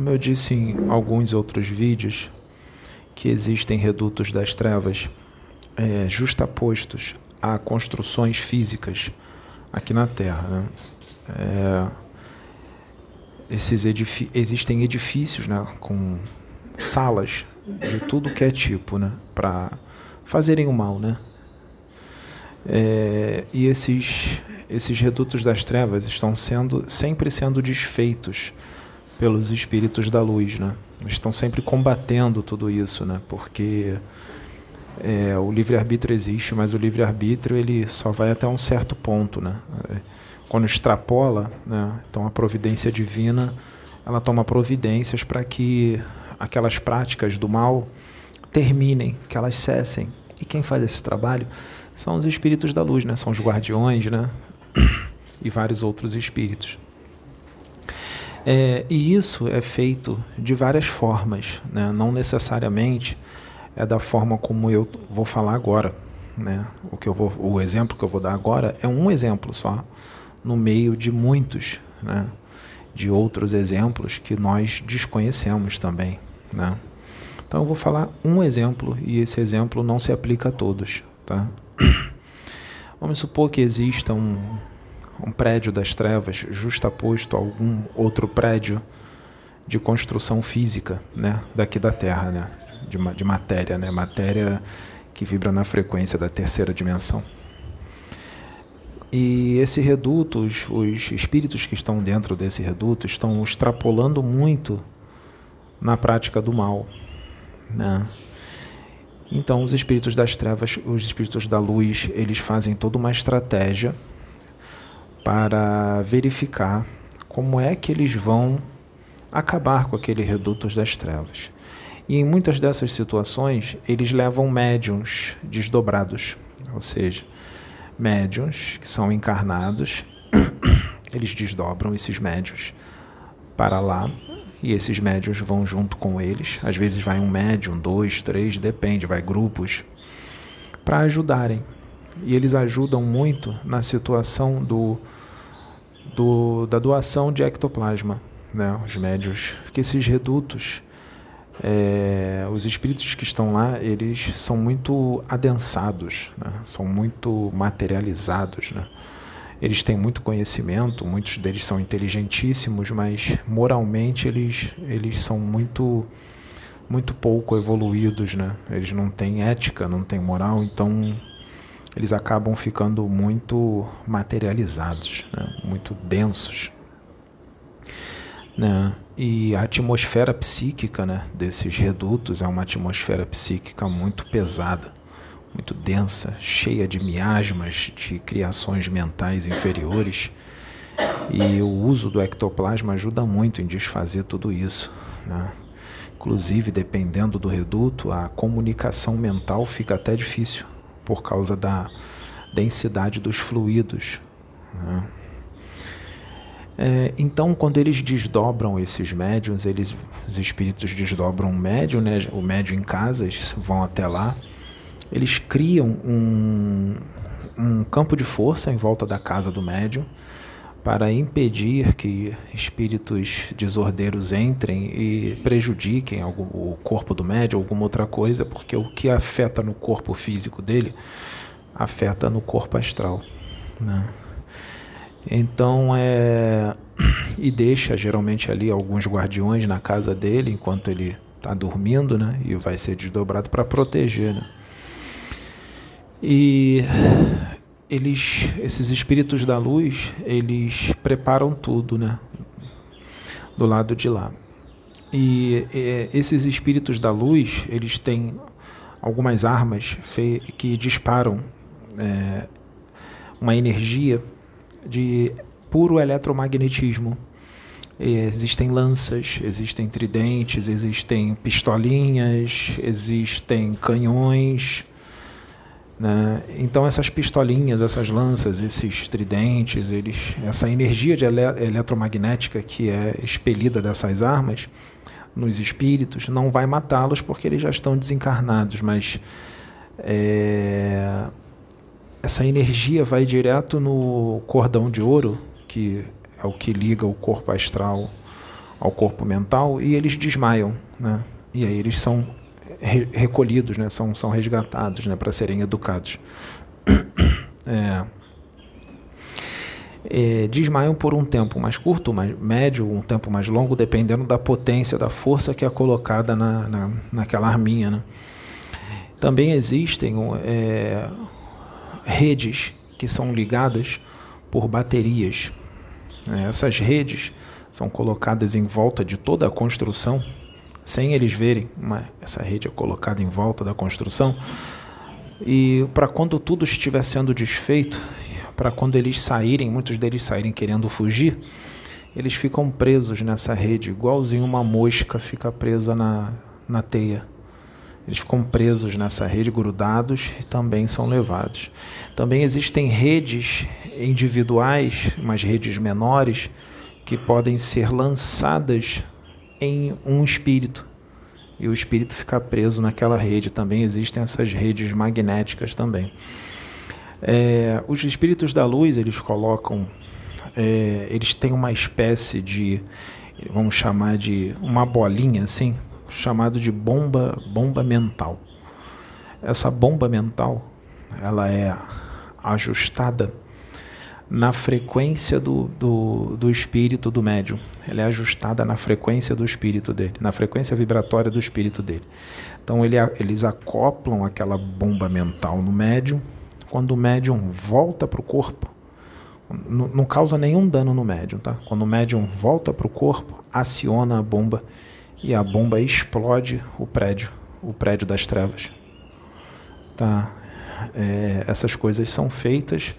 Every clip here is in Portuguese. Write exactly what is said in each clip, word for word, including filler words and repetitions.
como eu disse em alguns outros vídeos, que existem redutos das trevas é, justapostos a construções físicas aqui na Terra, né? É, esses edifi- existem edifícios, né, com salas de tudo que é tipo, né, para fazerem o mal, né? É, e esses, esses redutos das trevas estão sendo, sempre sendo desfeitos pelos espíritos da luz, né? Estão sempre combatendo tudo isso, né? Porque é, o livre-arbítrio existe, mas o livre-arbítrio ele só vai até um certo ponto, né? Quando extrapola, né? Então a providência divina ela toma providências para que aquelas práticas do mal terminem, que elas cessem. E quem faz esse trabalho são os espíritos da luz, né? São os guardiões, né? E vários outros espíritos. É, e isso é feito de várias formas, né? Não necessariamente é da forma como eu vou falar agora, né? O que eu vou, o exemplo que eu vou dar agora é um exemplo só, no meio de muitos, né? De outros exemplos que nós desconhecemos também, né? Então eu vou falar um exemplo e esse exemplo não se aplica a todos, tá? Vamos supor que exista um, um prédio das trevas justaposto a algum outro prédio de construção física, né, daqui da Terra, né, de, de matéria, né, matéria que vibra na frequência da terceira dimensão. E esse reduto, os, os espíritos que estão dentro desse reduto estão extrapolando muito na prática do mal, né? Então, os espíritos das trevas, os espíritos da luz, eles fazem toda uma estratégia para verificar como é que eles vão acabar com aquele reduto das trevas. E em muitas dessas situações, eles levam médiuns desdobrados, ou seja, médiuns que são encarnados, eles desdobram esses médiuns para lá, e esses médiuns vão junto com eles. Às vezes vai um médium, dois, três, depende, vai grupos, para ajudarem. E eles ajudam muito na situação do, do, da doação de ectoplasma, né? Os médiuns, porque esses redutos, é, os espíritos que estão lá, eles são muito adensados, né? São muito materializados, né? Eles têm muito conhecimento, muitos deles são inteligentíssimos, mas moralmente eles, eles são muito, muito pouco evoluídos, né? Eles não têm ética, não têm moral, então eles acabam ficando muito materializados, né? Muito densos, né? E a atmosfera psíquica, né, desses redutos é uma atmosfera psíquica muito pesada, muito densa, cheia de miasmas, de criações mentais inferiores, e o uso do ectoplasma ajuda muito em desfazer tudo isso, né? Inclusive, dependendo do reduto, a comunicação mental fica até difícil por causa da densidade dos fluidos, né? É, então, quando eles desdobram esses médiuns, eles, os espíritos desdobram o médium, né? O médium em casa, eles vão até lá, eles criam um, um campo de força em volta da casa do médium para impedir que espíritos desordeiros entrem e prejudiquem algum, o corpo do médium, alguma outra coisa, porque o que afeta no corpo físico dele afeta no corpo astral, né? Então, é... e deixa geralmente ali alguns guardiões na casa dele enquanto ele está dormindo, né? E vai ser desdobrado para proteger, né? E eles, esses espíritos da luz, eles preparam tudo, né, do lado de lá. E, e esses espíritos da luz, eles têm algumas armas fe- que disparam é, uma energia de puro eletromagnetismo. E existem lanças, existem tridentes, existem pistolinhas, existem canhões, né? Então essas pistolinhas, essas lanças, esses tridentes, eles, essa energia de ele, eletromagnética que é expelida dessas armas nos espíritos não vai matá-los porque eles já estão desencarnados, mas é, essa energia vai direto no cordão de ouro, que é o que liga o corpo astral ao corpo mental e eles desmaiam, né? E aí eles são re recolhidos, né? São, são resgatados, né? Para serem educados. É, é, desmaiam por um tempo mais curto, mais médio, um tempo mais longo, dependendo da potência, da força que é colocada na, na, naquela arminha, né? Também existem é, redes que são ligadas por baterias. Essas redes são colocadas em volta de toda a construção, sem eles verem, uma, essa rede é colocada em volta da construção, e para quando tudo estiver sendo desfeito, para quando eles saírem, muitos deles saírem querendo fugir, eles ficam presos nessa rede, igualzinho uma mosca fica presa na, na teia. Eles ficam presos nessa rede, grudados, e também são levados. Também existem redes individuais, umas redes menores, que podem ser lançadas em um espírito. E o espírito fica preso naquela rede. Também existem essas redes magnéticas também. É, os espíritos da luz, eles colocam... É, eles têm uma espécie de... Vamos chamar de uma bolinha, assim... chamado de bomba, bomba mental. Essa bomba mental, ela é ajustada na frequência do, do, do espírito do médium. Ela é ajustada na frequência do espírito dele, na frequência vibratória do espírito dele. Então ele, eles acoplam aquela bomba mental no médium. Quando o médium volta para o corpo, não, não causa nenhum dano no médium, tá? Quando o médium volta para o corpo, aciona a bomba e a bomba explode o prédio, o prédio das trevas. Tá? É, essas coisas são feitas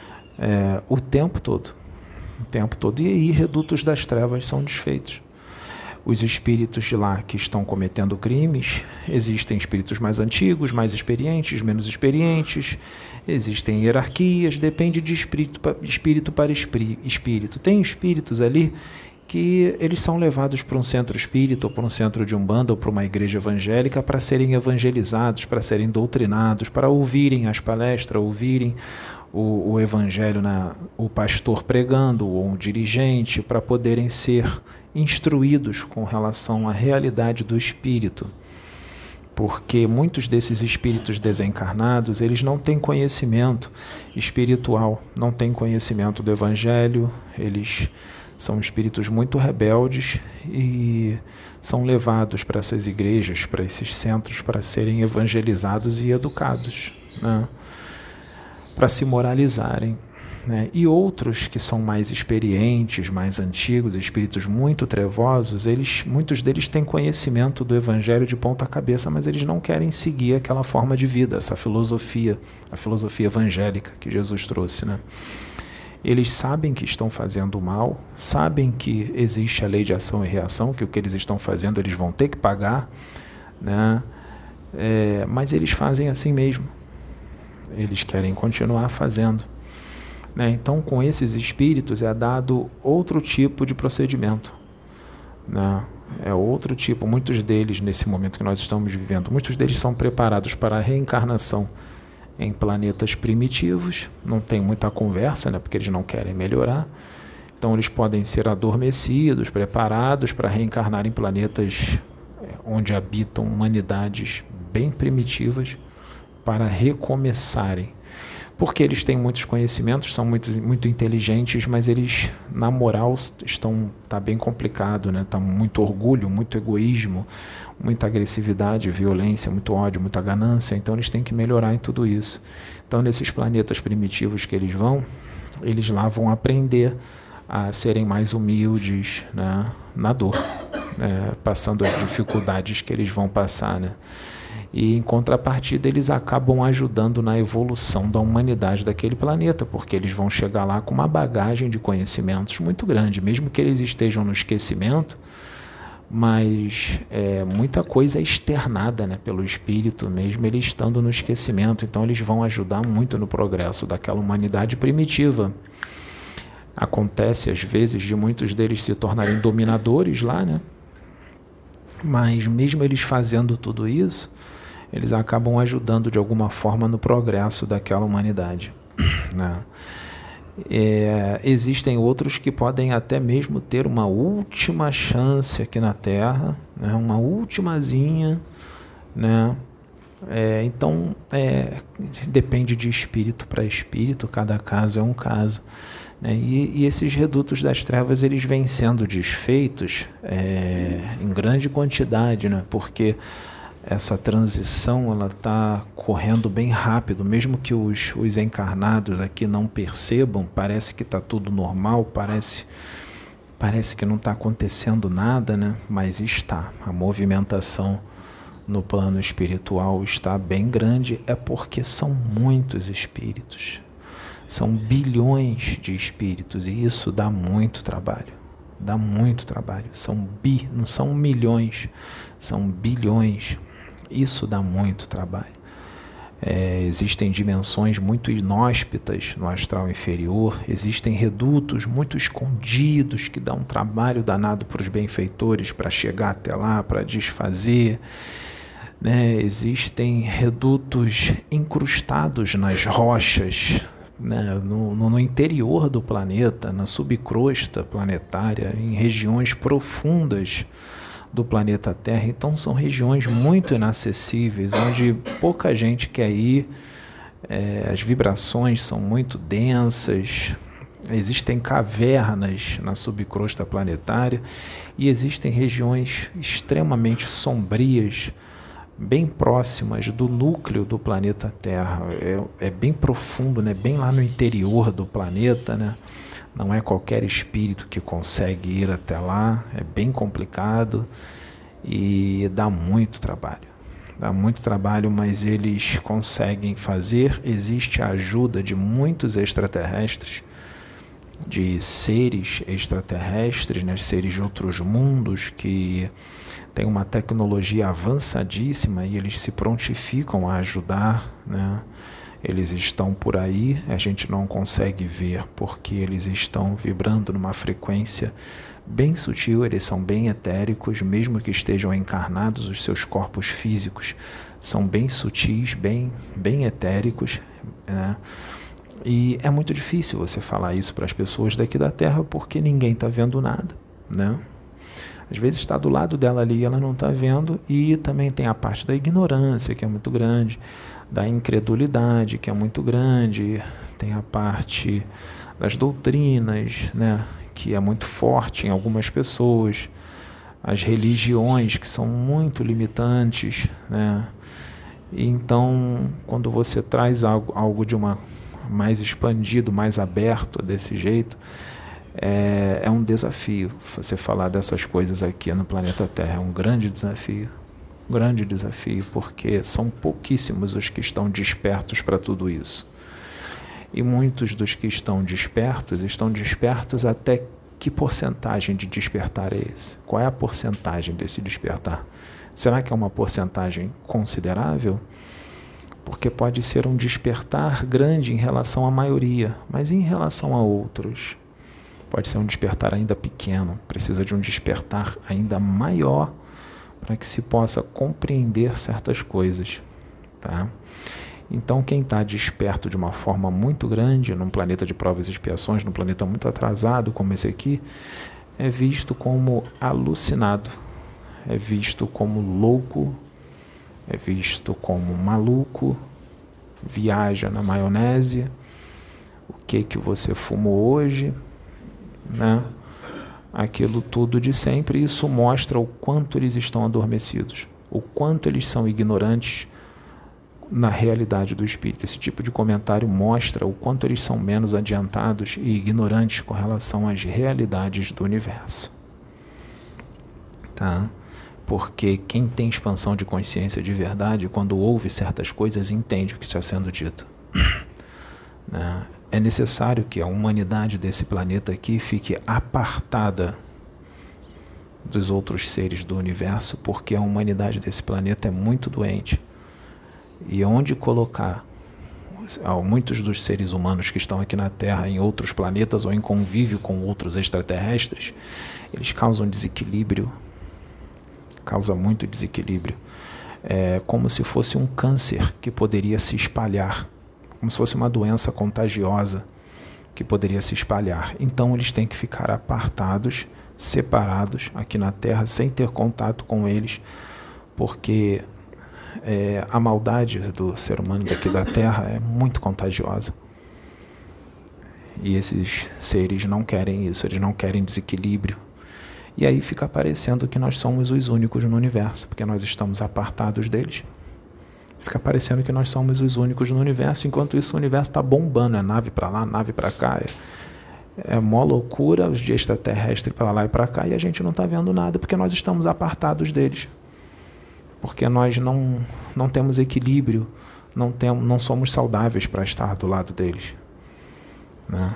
é, o tempo todo. O tempo todo. E aí, redutos das trevas são desfeitos. Os espíritos de lá que estão cometendo crimes, existem espíritos mais antigos, mais experientes, menos experientes, existem hierarquias, depende de espírito, espírito para espírito. Tem espíritos ali que eles são levados para um centro espírita, ou para um centro de umbanda, ou para uma igreja evangélica, para serem evangelizados, para serem doutrinados, para ouvirem as palestras, ouvirem o, o evangelho, na, o pastor pregando, ou um dirigente, para poderem ser instruídos com relação à realidade do espírito. Porque muitos desses espíritos desencarnados, eles não têm conhecimento espiritual, não têm conhecimento do evangelho, eles... são espíritos muito rebeldes e são levados para essas igrejas, para esses centros, para serem evangelizados e educados, né? Para se moralizarem, né? E outros que são mais experientes, mais antigos, espíritos muito trevosos, eles, muitos deles têm conhecimento do evangelho de ponta cabeça, mas eles não querem seguir aquela forma de vida, essa filosofia, a filosofia evangélica que Jesus trouxe, né? Eles sabem que estão fazendo mal, sabem que existe a lei de ação e reação, que o que eles estão fazendo eles vão ter que pagar, né? É, mas eles fazem assim mesmo. Eles querem continuar fazendo, né? Então, com esses espíritos é dado outro tipo de procedimento, né? É outro tipo. Muitos deles, nesse momento que nós estamos vivendo, muitos deles são preparados para a reencarnação em planetas primitivos, não tem muita conversa, né, porque eles não querem melhorar. Então eles podem ser adormecidos, preparados para reencarnar em planetas onde habitam humanidades bem primitivas para recomeçarem. Porque eles têm muitos conhecimentos, são muito, muito inteligentes, mas eles, na moral, estão, tá bem complicado, né? Tá muito orgulho, muito egoísmo, muita agressividade, violência, muito ódio, muita ganância. Então eles têm que melhorar em tudo isso. Então, nesses planetas primitivos que eles vão, eles lá vão aprender a serem mais humildes, né? Na dor, né? Passando as dificuldades que eles vão passar, né? E, em contrapartida, eles acabam ajudando na evolução da humanidade daquele planeta, porque eles vão chegar lá com uma bagagem de conhecimentos muito grande, mesmo que eles estejam no esquecimento, mas é, muita coisa é externada, né, pelo espírito, mesmo ele estando no esquecimento. Então, eles vão ajudar muito no progresso daquela humanidade primitiva. Acontece, às vezes, de muitos deles se tornarem dominadores lá, né? Mas, mesmo eles fazendo tudo isso, eles acabam ajudando de alguma forma no progresso daquela humanidade, né? É, existem outros que podem até mesmo ter uma última chance aqui na Terra, né? Uma ultimazinha, né? É, então, é, depende de espírito para espírito, cada caso é um caso, né? E, e esses redutos das trevas, eles vêm sendo desfeitos é, em grande quantidade, né? Porque essa transição ela está correndo bem rápido, mesmo que os, os encarnados aqui não percebam, parece que está tudo normal, parece, parece que não está acontecendo nada, né? Mas está, a movimentação no plano espiritual está bem grande, é porque são muitos espíritos, são bilhões de espíritos, e isso dá muito trabalho, dá muito trabalho, são bi, não são milhões, são bilhões, isso dá muito trabalho. É, existem dimensões muito inóspitas no astral inferior, existem redutos muito escondidos que dão um trabalho danado para os benfeitores para chegar até lá, para desfazer, né? Existem redutos incrustados nas rochas, né? no, no, no interior do planeta, na subcrosta planetária, em regiões profundas do planeta Terra. Então são regiões muito inacessíveis, onde pouca gente quer ir, é, as vibrações são muito densas, existem cavernas na subcrosta planetária e existem regiões extremamente sombrias, bem próximas do núcleo do planeta Terra. É, é bem profundo, né? Bem lá no interior do planeta, né? Não é qualquer espírito que consegue ir até lá, é bem complicado e dá muito trabalho. Dá muito trabalho, mas eles conseguem fazer. Existe a ajuda de muitos extraterrestres, de seres extraterrestres, né, seres de outros mundos que têm uma tecnologia avançadíssima e eles se prontificam a ajudar, né? Eles estão por aí, a gente não consegue ver porque eles estão vibrando numa frequência bem sutil, eles são bem etéricos, mesmo que estejam encarnados, os seus corpos físicos são bem sutis, bem, bem etéricos, né? E é muito difícil você falar isso para as pessoas daqui da Terra porque ninguém está vendo nada, né? Às vezes está do lado dela ali e ela não está vendo, e também tem a parte da ignorância, que é muito grande, da incredulidade, que é muito grande, tem a parte das doutrinas, né, que é muito forte em algumas pessoas, as religiões, que são muito limitantes, né? E então, quando você traz algo, algo de uma mais expandido, mais aberto desse jeito, é, é um desafio você falar dessas coisas aqui no planeta Terra, é um grande desafio. grande desafio, porque são pouquíssimos os que estão despertos para tudo isso. E muitos dos que estão despertos, estão despertos até que porcentagem de despertar é esse? Qual é a porcentagem desse despertar? Será que é uma porcentagem considerável? Porque pode ser um despertar grande em relação à maioria, mas em relação a outros, pode ser um despertar ainda pequeno, precisa de um despertar ainda maior para que se possa compreender certas coisas, tá? Então, quem está desperto de uma forma muito grande, num planeta de provas e expiações, num planeta muito atrasado como esse aqui, é visto como alucinado, é visto como louco, é visto como maluco, viaja na maionese, o que que você fumou hoje, né? Aquilo tudo de sempre. Isso mostra o quanto eles estão adormecidos, o quanto eles são ignorantes na realidade do espírito. Esse tipo de comentário mostra o quanto eles são menos adiantados e ignorantes com relação às realidades do universo, tá? Porque quem tem expansão de consciência de verdade, quando ouve certas coisas, entende o que está sendo dito. Né? É necessário que a humanidade desse planeta aqui fique apartada dos outros seres do universo, porque a humanidade desse planeta é muito doente. E onde colocar muitos dos seres humanos que estão aqui na Terra em outros planetas ou em convívio com outros extraterrestres, eles causam desequilíbrio, causa muito desequilíbrio. É como se fosse um câncer que poderia se espalhar, como se fosse uma doença contagiosa, que poderia se espalhar. Então eles têm que ficar apartados, separados aqui na Terra, sem ter contato com eles, porque é, a maldade do ser humano daqui da Terra é muito contagiosa. E esses seres não querem isso, eles não querem desequilíbrio. E aí fica parecendo que nós somos os únicos no universo, porque nós estamos apartados deles. Fica parecendo que nós somos os únicos no universo, enquanto isso o universo está bombando, é nave para lá, nave para cá, é, é mó loucura, os dias extraterrestres para lá e para cá, e a gente não está vendo nada, porque nós estamos apartados deles. Porque nós não, não temos equilíbrio, não, tem, não somos saudáveis para estar do lado deles. Né?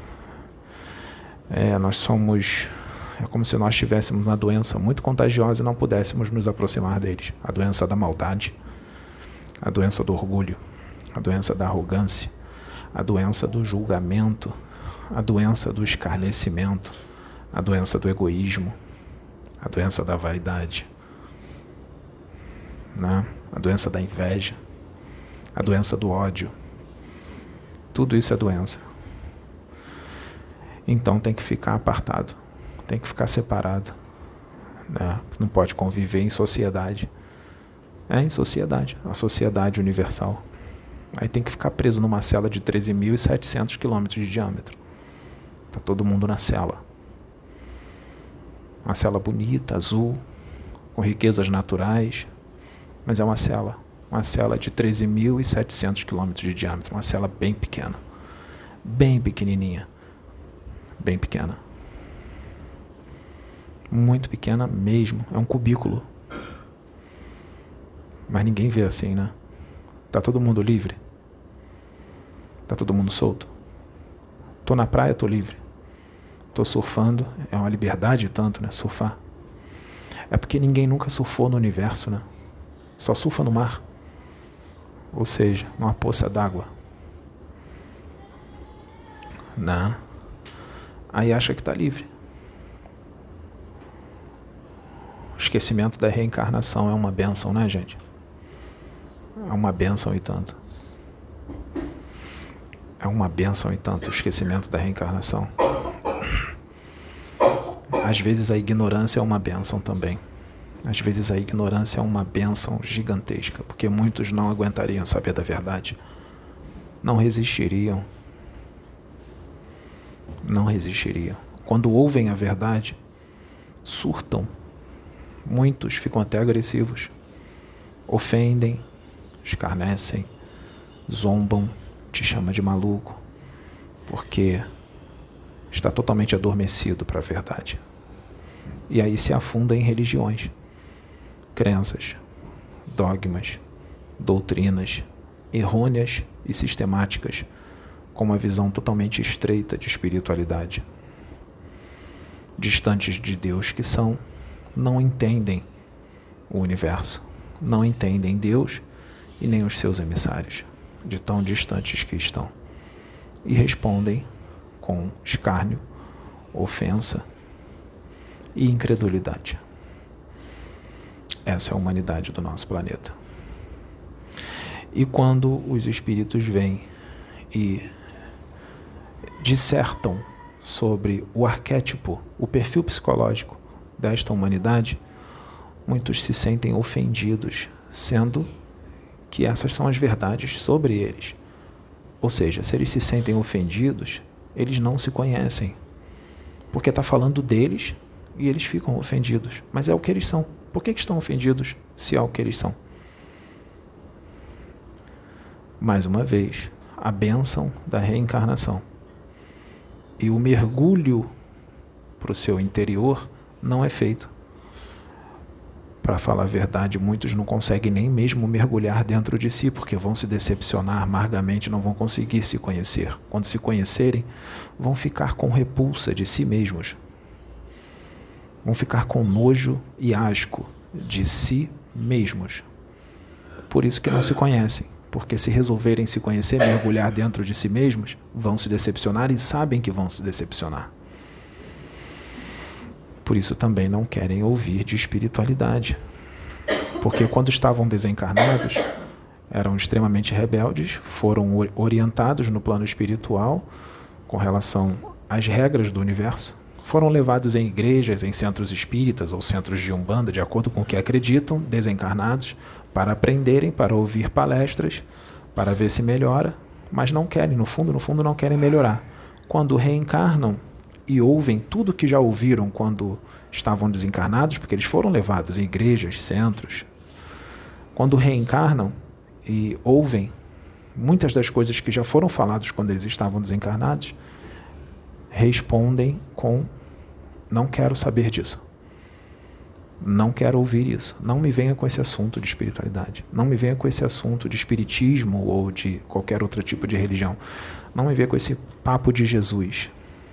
É, nós somos... É como se nós estivéssemos uma doença muito contagiosa e não pudéssemos nos aproximar deles. A doença da maldade, a doença do orgulho, a doença da arrogância, a doença do julgamento, a doença do escarnecimento, a doença do egoísmo, a doença da vaidade, né? A doença da inveja, a doença do ódio. Tudo isso é doença. Então tem que ficar apartado, tem que ficar separado, né? Não pode conviver em sociedade. É em sociedade, a sociedade universal. Aí tem que ficar preso numa cela de treze mil e setecentos quilômetros de diâmetro. Tá todo mundo na cela. Uma cela bonita, azul, com riquezas naturais, mas é uma cela. Uma cela de treze mil e setecentos quilômetros de diâmetro. Uma cela bem pequena. Bem pequenininha. Bem pequena. Muito pequena mesmo. É um cubículo. Mas ninguém vê assim, né? Tá todo mundo livre? Tá todo mundo solto? Tô na praia, tô livre. Tô surfando, é uma liberdade tanto, né? Surfar. É porque ninguém nunca surfou no universo, né? Só surfa no mar. Ou seja, numa poça d'água. Né? Aí acha que tá livre. O esquecimento da reencarnação é uma bênção, né, gente? É uma bênção e tanto. É uma bênção e tanto o esquecimento da reencarnação. Às vezes a ignorância é uma bênção também. Às vezes a ignorância é uma bênção gigantesca, porque muitos não aguentariam saber da verdade. Não resistiriam. Não resistiriam. Quando ouvem a verdade, surtam. Muitos ficam até agressivos. Ofendem, escarnecem, zombam, te chama de maluco, porque está totalmente adormecido para a verdade. E aí se afunda em religiões, crenças, dogmas, doutrinas errôneas e sistemáticas, com uma visão totalmente estreita de espiritualidade. Distantes de Deus que são, não entendem o universo, não entendem Deus e nem os seus emissários, de tão distantes que estão, e respondem com escárnio, ofensa e incredulidade. Essa é a humanidade do nosso planeta. E quando os espíritos vêm e dissertam sobre o arquétipo, o perfil psicológico desta humanidade, muitos se sentem ofendidos, sendo que essas são as verdades sobre eles. Ou seja, se eles se sentem ofendidos, eles não se conhecem, porque está falando deles e eles ficam ofendidos. Mas é o que eles são. Por que, que estão ofendidos se é o que eles são? Mais uma vez, a bênção da reencarnação. E o mergulho para o seu interior não é feito. Para falar a verdade, muitos não conseguem nem mesmo mergulhar dentro de si, porque vão se decepcionar amargamente, não vão conseguir se conhecer. Quando se conhecerem, vão ficar com repulsa de si mesmos. Vão ficar com nojo e asco de si mesmos. Por isso que não se conhecem, porque se resolverem se conhecer, mergulhar dentro de si mesmos, vão se decepcionar e sabem que vão se decepcionar. Por isso também não querem ouvir de espiritualidade. Porque quando estavam desencarnados, eram extremamente rebeldes, foram orientados no plano espiritual, com relação às regras do universo, foram levados em igrejas, em centros espíritas ou centros de umbanda, de acordo com o que acreditam, desencarnados, para aprenderem, para ouvir palestras, para ver se melhora, mas não querem, no fundo, no fundo não querem melhorar. Quando reencarnam e ouvem tudo que já ouviram quando estavam desencarnados, porque eles foram levados em igrejas, centros, quando reencarnam e ouvem muitas das coisas que já foram faladas quando eles estavam desencarnados, respondem com: não quero saber disso. Não quero ouvir isso. Não me venha com esse assunto de espiritualidade. Não me venha com esse assunto de espiritismo ou de qualquer outro tipo de religião. Não me venha com esse papo de Jesus.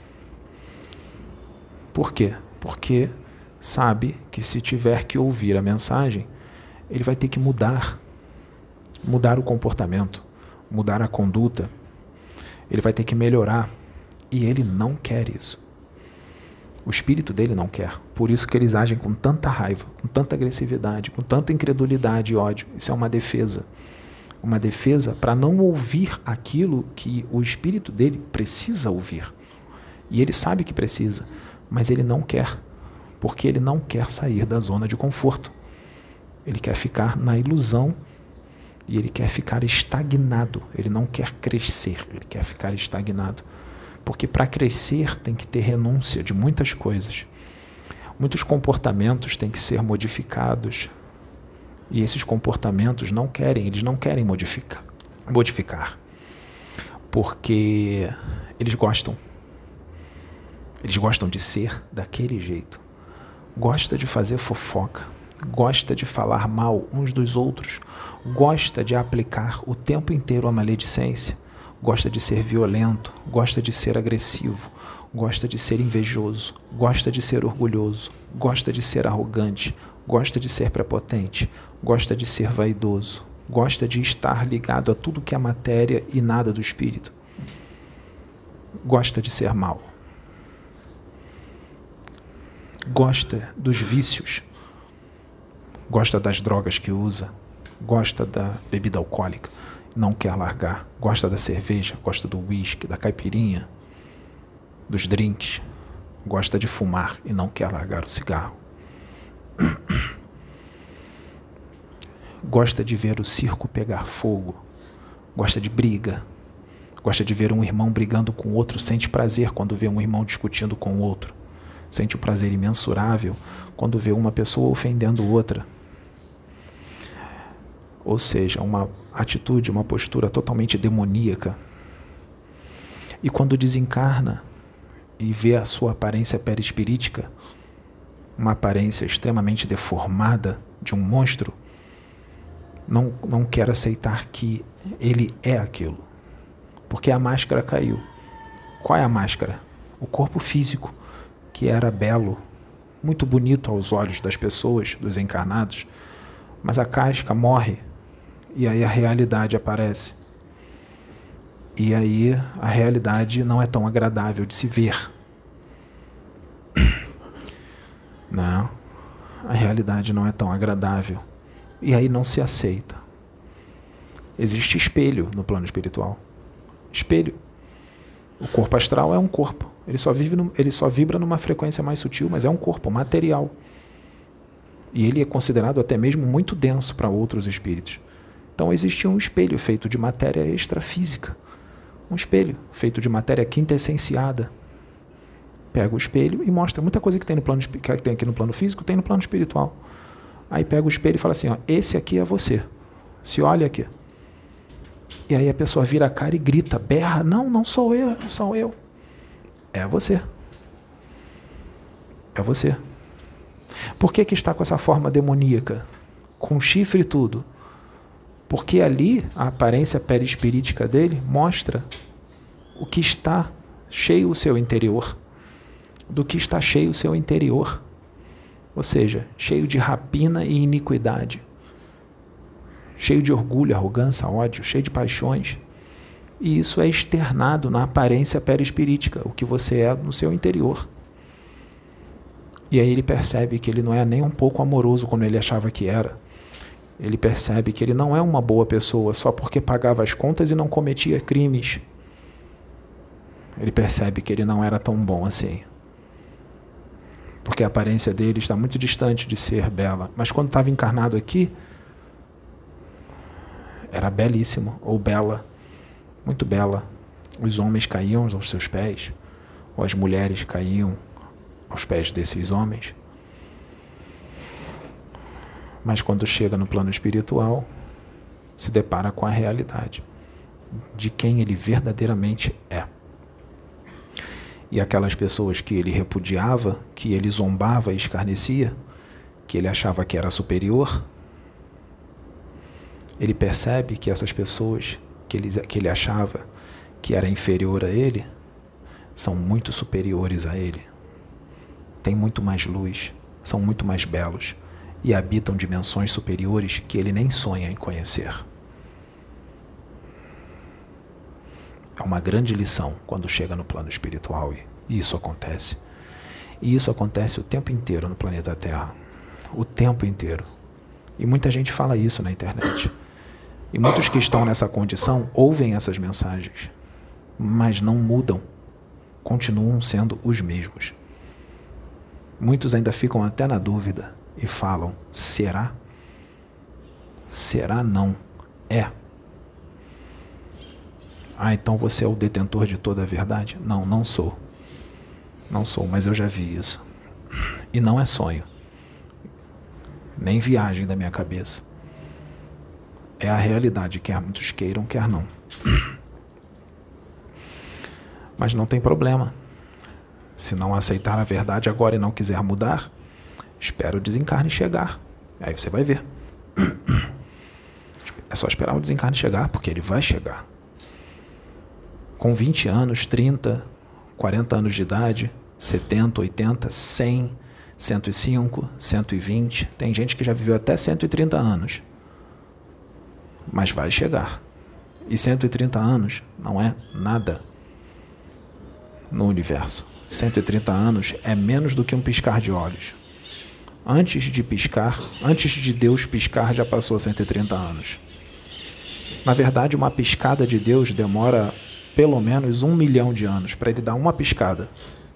Por quê? Porque sabe que se tiver que ouvir a mensagem, ele vai ter que mudar. Mudar o comportamento, mudar a conduta. Ele vai ter que melhorar. E ele não quer isso. O espírito dele não quer. Por isso que eles agem com tanta raiva, com tanta agressividade, com tanta incredulidade e ódio. Isso é uma defesa. Uma defesa para não ouvir aquilo que o espírito dele precisa ouvir. E ele sabe que precisa, mas ele não quer. Porque ele não quer sair da zona de conforto. Ele quer ficar na ilusão e ele quer ficar estagnado. Ele não quer crescer, ele quer ficar estagnado. Porque para crescer tem que ter renúncia de muitas coisas. Muitos comportamentos têm que ser modificados. E esses comportamentos não querem, eles não querem modificar. modificar. Porque eles gostam. Eles gostam de ser daquele jeito. Gosta de fazer fofoca. Gosta de falar mal uns dos outros. Gosta de aplicar o tempo inteiro a maledicência. Gosta de ser violento, gosta de ser agressivo, gosta de ser invejoso, gosta de ser orgulhoso, gosta de ser arrogante, gosta de ser prepotente, gosta de ser vaidoso, gosta de estar ligado a tudo que é matéria e nada do espírito. Gosta de ser mau. Gosta dos vícios. Gosta das drogas que usa. Gosta da bebida alcoólica. Não quer largar, gosta da cerveja, gosta do uísque, da caipirinha, dos drinks, gosta de fumar e não quer largar o cigarro. Gosta de ver o circo pegar fogo, gosta de briga, gosta de ver um irmão brigando com outro, sente prazer quando vê um irmão discutindo com o outro, sente o prazer imensurável quando vê uma pessoa ofendendo outra. Ou seja, uma atitude, uma postura totalmente demoníaca. E quando desencarna e vê a sua aparência perispirítica, uma aparência extremamente deformada de um monstro, não, não quer aceitar que ele é aquilo. Porque a máscara caiu. Qual é a máscara? O corpo físico, que era belo, muito bonito aos olhos das pessoas, dos encarnados, mas a casca morre. E aí a realidade aparece. E aí a realidade não é tão agradável de se ver. Não. A realidade não é tão agradável. E aí não se aceita. Existe espelho no plano espiritual. Espelho. O corpo astral é um corpo. Ele só, vive no, ele só vibra numa frequência mais sutil, mas é um corpo material. E ele é considerado até mesmo muito denso para outros espíritos. Então existe um espelho feito de matéria extrafísica. Um espelho feito de matéria quintessenciada. Pega o espelho e mostra muita coisa que tem, no plano, que tem aqui no plano físico, tem no plano espiritual. Aí pega o espelho e fala assim, ó, esse aqui é você. Se olha aqui. E aí a pessoa vira a cara e grita, berra, não, não sou eu, não sou eu. É você. É você. Por que que está com essa forma demoníaca? Com chifre e tudo? Porque ali a aparência perispirítica dele mostra o que está cheio o seu interior. Do que está cheio o seu interior. Ou seja, cheio de rapina e iniquidade. Cheio de orgulho, arrogância, ódio, cheio de paixões. E isso é externado na aparência perispirítica, o que você é no seu interior. E aí ele percebe que ele não é nem um pouco amoroso como ele achava que era. Ele percebe que ele não é uma boa pessoa só porque pagava as contas e não cometia crimes. ele percebe que ele não era tão bom assim. Porque a aparência dele está muito distante de ser bela. Mas quando estava encarnado aqui, era belíssimo, ou bela, muito bela. Os homens caíam aos seus pés, ou as mulheres caíam aos pés desses homens. Mas quando chega no plano espiritual, se depara com a realidade de quem ele verdadeiramente é. E aquelas pessoas que ele repudiava, que ele zombava e escarnecia, que ele achava que era superior, ele percebe que essas pessoas que ele, que ele achava que era inferior a ele, são muito superiores a ele. Têm muito mais luz, são muito mais belos e habitam dimensões superiores que ele nem sonha em conhecer. É uma grande lição quando chega no plano espiritual e isso acontece. E isso acontece o tempo inteiro no planeta Terra. O tempo inteiro. E muita gente fala isso na internet. E muitos que estão nessa condição ouvem essas mensagens, mas não mudam. Continuam sendo os mesmos. Muitos ainda ficam até na dúvida e falam, será? Será não? É. Ah, então você é o detentor de toda a verdade? Não, não sou. Não sou, mas eu já vi isso. E não é sonho. Nem viagem da minha cabeça. É a realidade, quer muitos queiram, quer não. Mas não tem problema. Se não aceitar a verdade agora e não quiser mudar, espera o desencarne chegar. Aí você vai ver. É só esperar o desencarne chegar, porque ele vai chegar. Com vinte anos, trinta, quarenta anos de idade, setenta, oitenta, cem, cento e cinco, cento e vinte. Tem gente que já viveu até cento e trinta anos. Mas vai chegar. E cento e trinta anos não é nada no universo. cento e trinta anos é menos do que um piscar de olhos. Antes de piscar, antes de Deus piscar, já passou cento e trinta anos. Na verdade, uma piscada de Deus demora pelo menos um milhão de anos para ele dar uma piscada.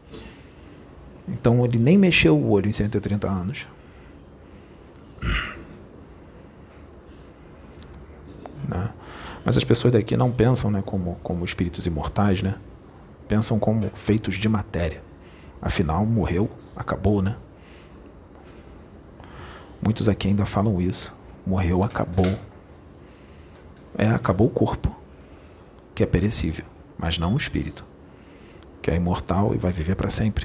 Então ele nem mexeu o olho em cento e trinta anos. Né? Mas as pessoas daqui não pensam, né, como, como espíritos imortais, né? Pensam como feitos de matéria. Afinal, morreu, acabou, né? Muitos aqui ainda falam isso. Morreu, acabou. É, acabou o corpo, que é perecível, mas não o espírito, que é imortal e vai viver para sempre.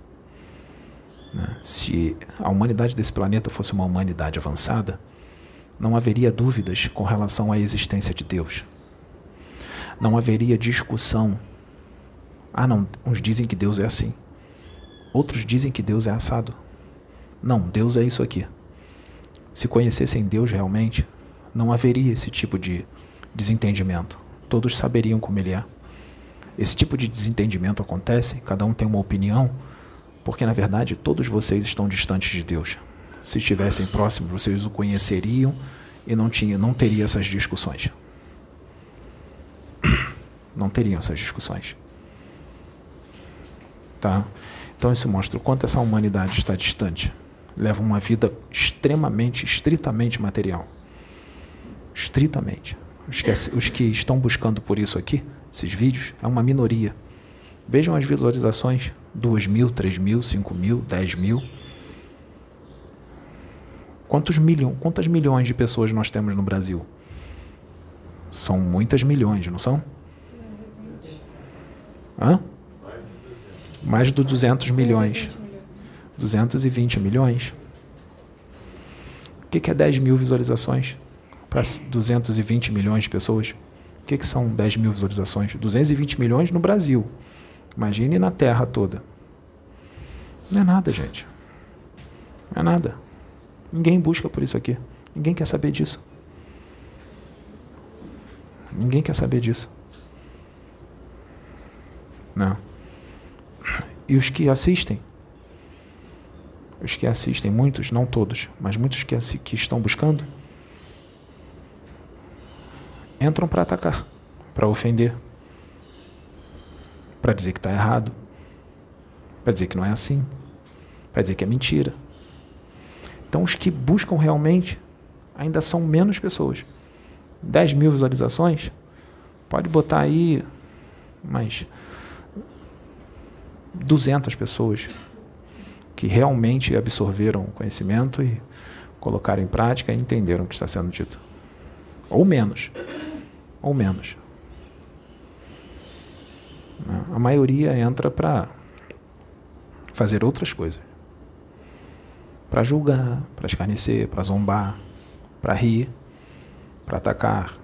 Né? Se a humanidade desse planeta fosse uma humanidade avançada, não haveria dúvidas com relação à existência de Deus. Não haveria discussão. Ah, não, uns dizem que Deus é assim. Outros dizem que Deus é assado. Não, Deus é isso aqui. Se conhecessem Deus realmente, não haveria esse tipo de desentendimento. Todos saberiam como ele é. Esse tipo de desentendimento acontece, cada um tem uma opinião, porque na verdade todos vocês estão distantes de Deus. Se estivessem próximos, vocês o conheceriam e não, tinha, não teria essas discussões. Não teriam essas discussões. Tá? Então isso mostra o quanto essa humanidade está distante. Leva uma vida extremamente, estritamente material. Estritamente. Os que, os que estão buscando por isso aqui, esses vídeos, é uma minoria. Vejam as visualizações. Duas mil, três mil, cinco mil, dez mil. Quantos milhões, quantas milhões de pessoas nós temos no Brasil? São muitas milhões, não são? Hã? Mais de duzentos milhões. duzentos e vinte milhões. O que é dez mil visualizações para duzentos e vinte milhões de pessoas? O que são dez mil visualizações? duzentos e vinte milhões no Brasil. Imagine na Terra toda. Não é nada, gente. Não é nada. Ninguém busca por isso aqui. Ninguém quer saber disso. Ninguém quer saber disso. Não. E os que assistem? Os que assistem, muitos, não todos, mas muitos que, que estão buscando, entram para atacar, para ofender, para dizer que está errado, para dizer que não é assim, para dizer que é mentira. Então, os que buscam realmente ainda são menos pessoas. dez mil visualizações, pode botar aí mais duzentas pessoas que realmente absorveram o conhecimento e colocaram em prática e entenderam o que está sendo dito. Ou menos. Ou menos. A maioria entra para fazer outras coisas. Para julgar, para escarnecer, para zombar, para rir, para atacar.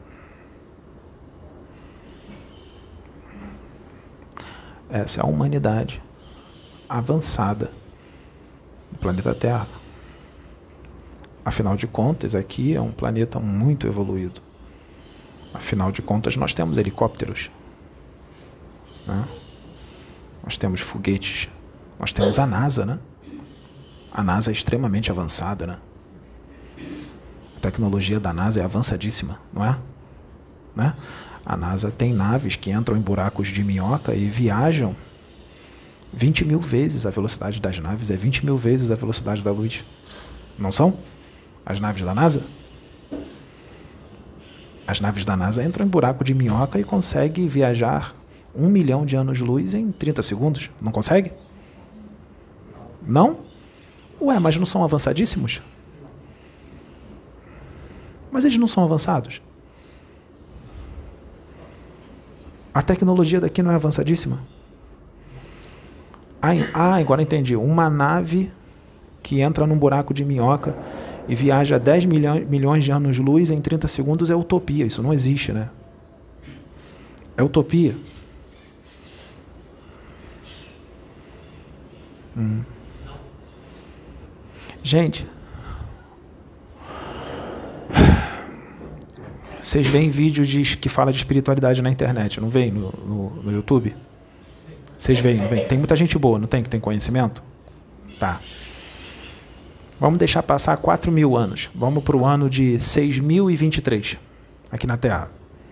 Essa é a humanidade avançada do planeta Terra. Afinal de contas, aqui é um planeta muito evoluído. Afinal de contas, nós temos helicópteros, né? Nós temos foguetes, nós temos a NASA, né? A NASA é extremamente avançada, né? A tecnologia da NASA é avançadíssima, não é? Né? A NASA tem naves que entram em buracos de minhoca e viajam vinte mil vezes a velocidade das naves, é vinte mil vezes a velocidade da luz. Não são? As naves da NASA? As naves da NASA entram em buraco de minhoca e conseguem viajar um milhão de anos-luz em trinta segundos. Não consegue? Não? Ué, mas não são avançadíssimos? Mas eles não são avançados? A tecnologia daqui não é avançadíssima? Ah, agora entendi. Uma nave que entra num buraco de minhoca e viaja dez milhões de anos-luz em trinta segundos é utopia. Isso não existe, né? É utopia. Hum. Gente, vocês veem vídeos de, que fala de espiritualidade na internet, não veem no, no, no YouTube? Vocês veem, não veem? Tem muita gente boa, não tem, que tem conhecimento? Tá. Vamos deixar passar quatro mil anos. Vamos para o ano de seis mil e vinte e três, aqui na Terra.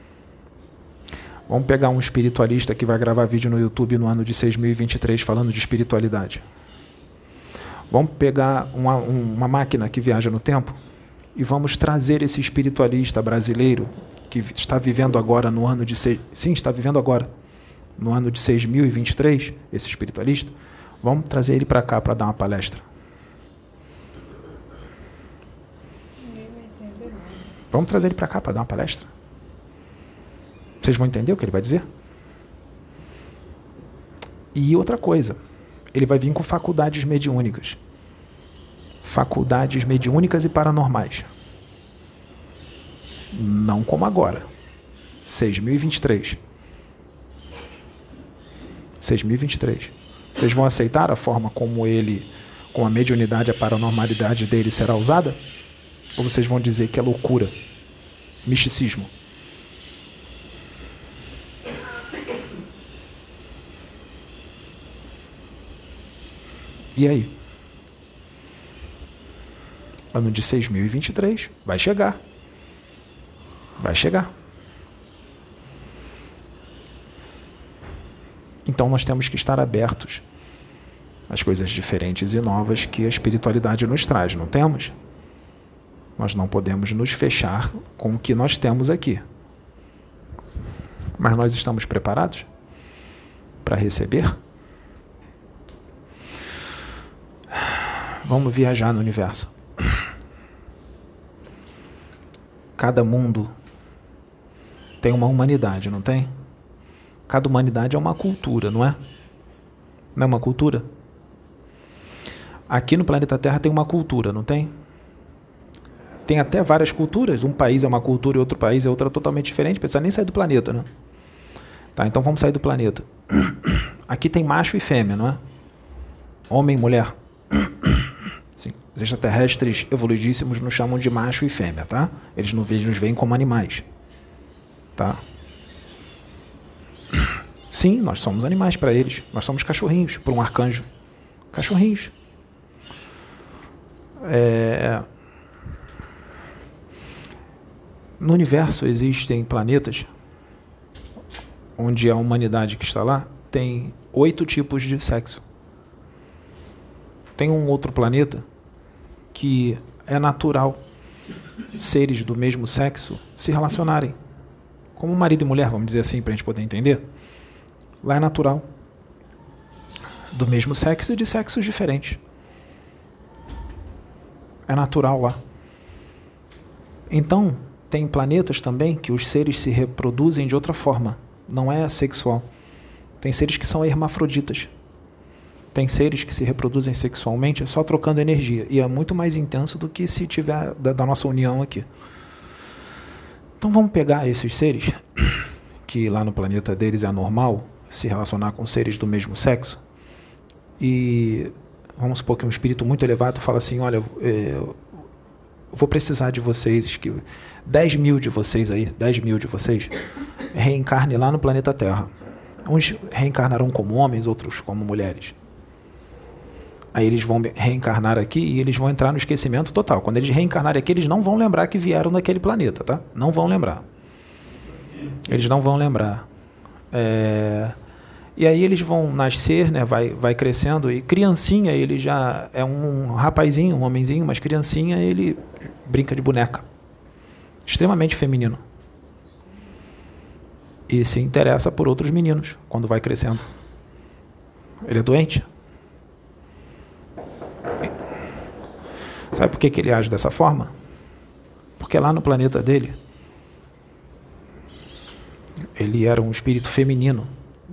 Vamos pegar um espiritualista que vai gravar vídeo no YouTube no ano de seis mil e vinte e três falando de espiritualidade. Vamos pegar uma, uma máquina que viaja no tempo e vamos trazer esse espiritualista brasileiro que está vivendo agora no ano de... Sim, está vivendo agora. No ano de seis mil e vinte e três, esse espiritualista, vamos trazer ele para cá para dar uma palestra. Vamos trazer ele para cá para dar uma palestra. Vocês vão entender o que ele vai dizer? E outra coisa, ele vai vir com faculdades mediúnicas. Faculdades mediúnicas e paranormais. Não como agora. seis mil e vinte e três. seis mil e vinte e três. Vocês vão aceitar a forma como ele, com a mediunidade, a paranormalidade dele será usada? Ou vocês vão dizer que é loucura, misticismo? E aí? Ano de seis mil e vinte e três, vai chegar. Vai chegar. Então nós temos que estar abertos às coisas diferentes e novas que a espiritualidade nos traz, não temos? Nós não podemos nos fechar com o que nós temos aqui. Mas nós estamos preparados para receber? Vamos viajar no universo. Cada mundo tem uma humanidade, não tem? Cada humanidade é uma cultura, não é? Não é uma cultura? Aqui no planeta Terra tem uma cultura, não tem? Tem até várias culturas. Um país é uma cultura e outro país é outra totalmente diferente. Não precisa nem sair do planeta, né? Tá, então vamos sair do planeta. Aqui tem macho e fêmea, não é? Homem e mulher. Sim. Os extraterrestres evoluidíssimos nos chamam de macho e fêmea, tá? Eles não nos veem como animais. Tá? Sim, nós somos animais para eles. Nós somos cachorrinhos para um arcanjo. Cachorrinhos. É... No universo existem planetas onde a humanidade que está lá tem oito tipos de sexo. Tem um outro planeta que é natural seres do mesmo sexo se relacionarem. Como marido e mulher, vamos dizer assim, para a gente poder entender. Lá é natural. Do mesmo sexo e de sexos diferentes. É natural lá. Então, tem planetas também que os seres se reproduzem de outra forma. Não é sexual. Tem seres que são hermafroditas. Tem seres que se reproduzem sexualmente só trocando energia. E é muito mais intenso do que se tiver da, da nossa união aqui. Então vamos pegar esses seres, que lá no planeta deles é normal se relacionar com seres do mesmo sexo. E vamos supor que um espírito muito elevado fala assim, olha, eu vou precisar de vocês, que dez mil de vocês aí, dez mil de vocês, reencarnem lá no planeta Terra. Uns reencarnarão como homens, outros como mulheres. Aí eles vão reencarnar aqui e eles vão entrar no esquecimento total. Quando eles reencarnarem aqui, eles não vão lembrar que vieram daquele planeta, tá? Não vão lembrar. Eles não vão lembrar. É... E aí eles vão nascer, né? Vai, vai crescendo. E criancinha, ele já é um rapazinho, um homenzinho, mas criancinha, ele brinca de boneca. Extremamente feminino. E se interessa por outros meninos quando vai crescendo. Ele é doente? Sabe por que, que ele age dessa forma? Porque lá no planeta dele, ele era um espírito feminino.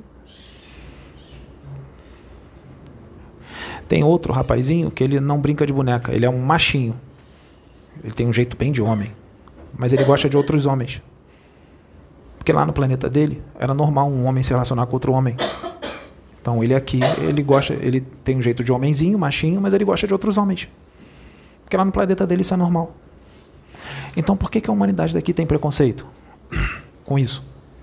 Tem outro rapazinho que ele não brinca de boneca, ele é um machinho. Ele tem um jeito bem de homem, mas ele gosta de outros homens. Porque lá no planeta dele, era normal um homem se relacionar com outro homem. Então ele aqui, ele gosta, ele tem um jeito de homenzinho, machinho, mas ele gosta de outros homens. Porque lá no planeta dele isso é normal. Então por que, que a humanidade daqui tem preconceito com isso?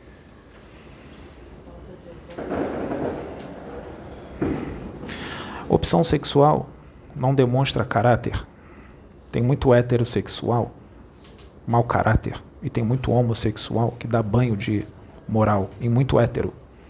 Opção sexual não demonstra caráter. Tem muito heterossexual, mau caráter, e tem muito homossexual que dá banho de moral, e muito hétero.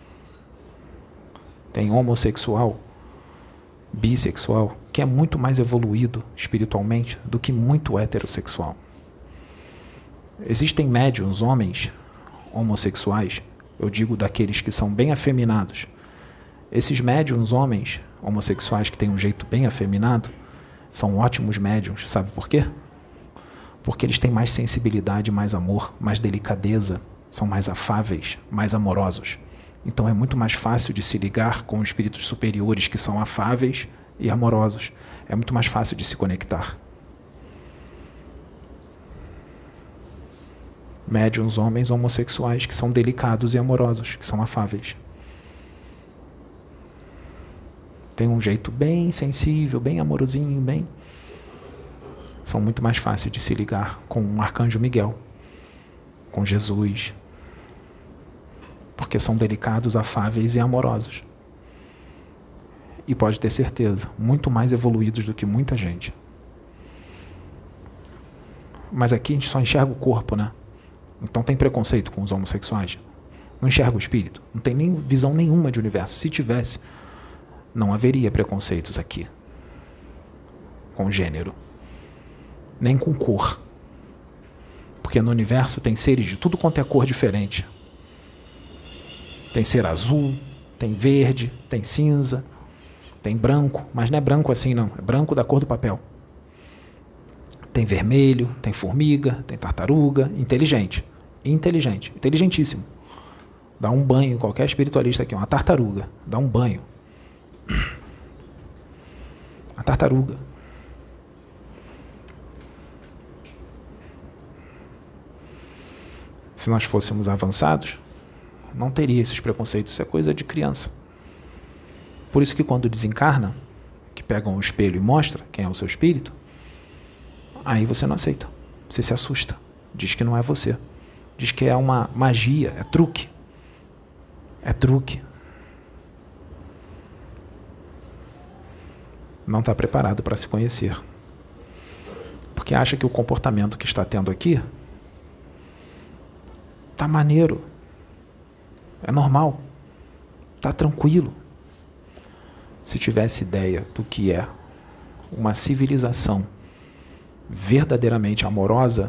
Tem homossexual, bissexual, que é muito mais evoluído espiritualmente do que muito heterossexual. Existem médiuns, homens homossexuais, eu digo daqueles que são bem afeminados. Esses médiuns, homens homossexuais que têm um jeito bem afeminado, são ótimos médiuns. Sabe por quê? Porque eles têm mais sensibilidade, mais amor, mais delicadeza, são mais afáveis, mais amorosos. Então é muito mais fácil de se ligar com espíritos superiores que são afáveis e amorosos. É muito mais fácil de se conectar. Médiuns, homens homossexuais que são delicados e amorosos, que são afáveis. Tem um jeito bem sensível, bem amorosinho, bem... São muito mais fáceis de se ligar com o Arcanjo Miguel, com Jesus, porque são delicados, afáveis e amorosos. E pode ter certeza, muito mais evoluídos do que muita gente. Mas aqui a gente só enxerga o corpo, né? Então tem preconceito com os homossexuais. Não enxerga o espírito. Não tem nem visão nenhuma de universo. Se tivesse, não haveria preconceitos aqui. Com gênero. Nem com cor. Porque no universo tem seres de tudo quanto é cor diferente. Tem ser azul, tem verde, tem cinza, tem branco, mas não é branco assim não, é branco da cor do papel. Tem vermelho, tem formiga, tem tartaruga, inteligente, inteligente, inteligentíssimo. Dá um banho, qualquer espiritualista aqui, uma tartaruga, dá um banho. A tartaruga. Se nós fôssemos avançados, não teria esses preconceitos, isso é coisa de criança. Por isso que quando desencarna, que pegam o espelho e mostra quem é o seu espírito, aí você não aceita, você se assusta, diz que não é você, diz que é uma magia, é truque, é truque. Não está preparado para se conhecer, porque acha que o comportamento que está tendo aqui está maneiro, é normal, Está tranquilo. Se tivesse ideia do que é uma civilização verdadeiramente amorosa,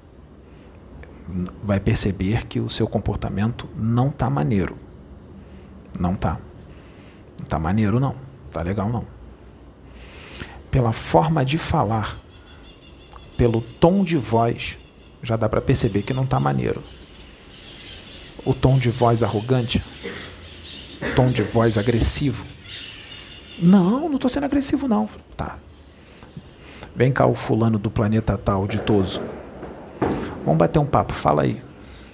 vai perceber que o seu comportamento não está maneiro. Não está. Não está maneiro, não. Está legal, não. Pela forma de falar, pelo tom de voz, já dá para perceber que não está maneiro. O tom de voz arrogante, o tom de voz agressivo. Não, não estou sendo agressivo, não. Tá. Vem cá o fulano do planeta tal, ditoso. Vamos bater um papo, fala aí.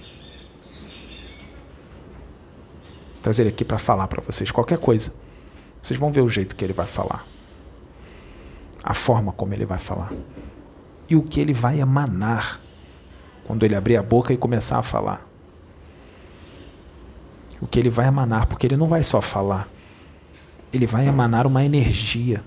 Vou trazer ele aqui para falar para vocês qualquer coisa. Vocês vão ver o jeito que ele vai falar. A forma como ele vai falar. E o que ele vai emanar quando ele abrir a boca e começar a falar. O que ele vai emanar, porque ele não vai só falar. Ele vai emanar uma energia.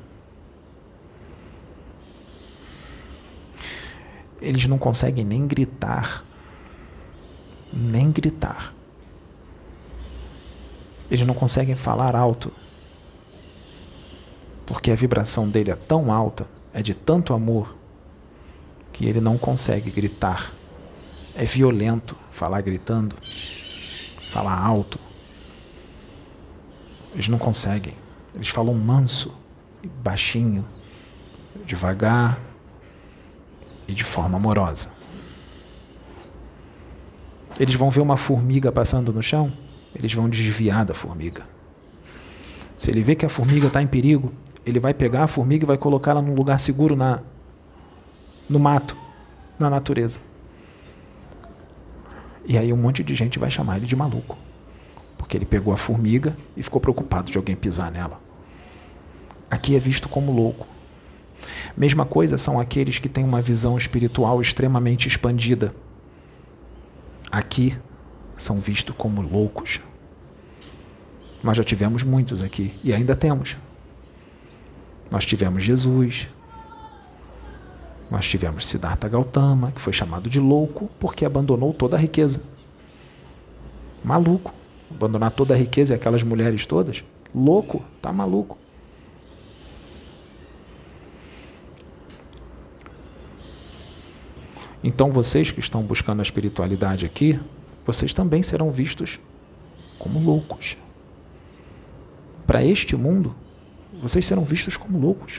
Eles não conseguem nem gritar. Nem gritar. Eles não conseguem falar alto. Porque a vibração dele é tão alta, é de tanto amor, que ele não consegue gritar. É violento falar gritando, falar alto. Eles não conseguem. Eles falam manso, baixinho, devagar e de forma amorosa. Eles vão ver uma formiga passando no chão, eles vão desviar da formiga. Se ele vê que a formiga está em perigo, ele vai pegar a formiga e vai colocá-la num lugar seguro na, no mato, na natureza. E aí um monte de gente vai chamar ele de maluco. Porque ele pegou a formiga e ficou preocupado de alguém pisar nela. Aqui é visto como louco. Mesma coisa são aqueles que têm uma visão espiritual extremamente expandida. Aqui são vistos como loucos. Nós já tivemos muitos aqui e ainda temos. Nós tivemos Jesus, nós tivemos Siddhartha Gautama, que foi chamado de louco porque abandonou toda a riqueza. Maluco. Abandonar toda a riqueza e aquelas mulheres todas? Louco, tá maluco. Então vocês que estão buscando a espiritualidade aqui, vocês também serão vistos como loucos. Para este mundo, vocês serão vistos como loucos.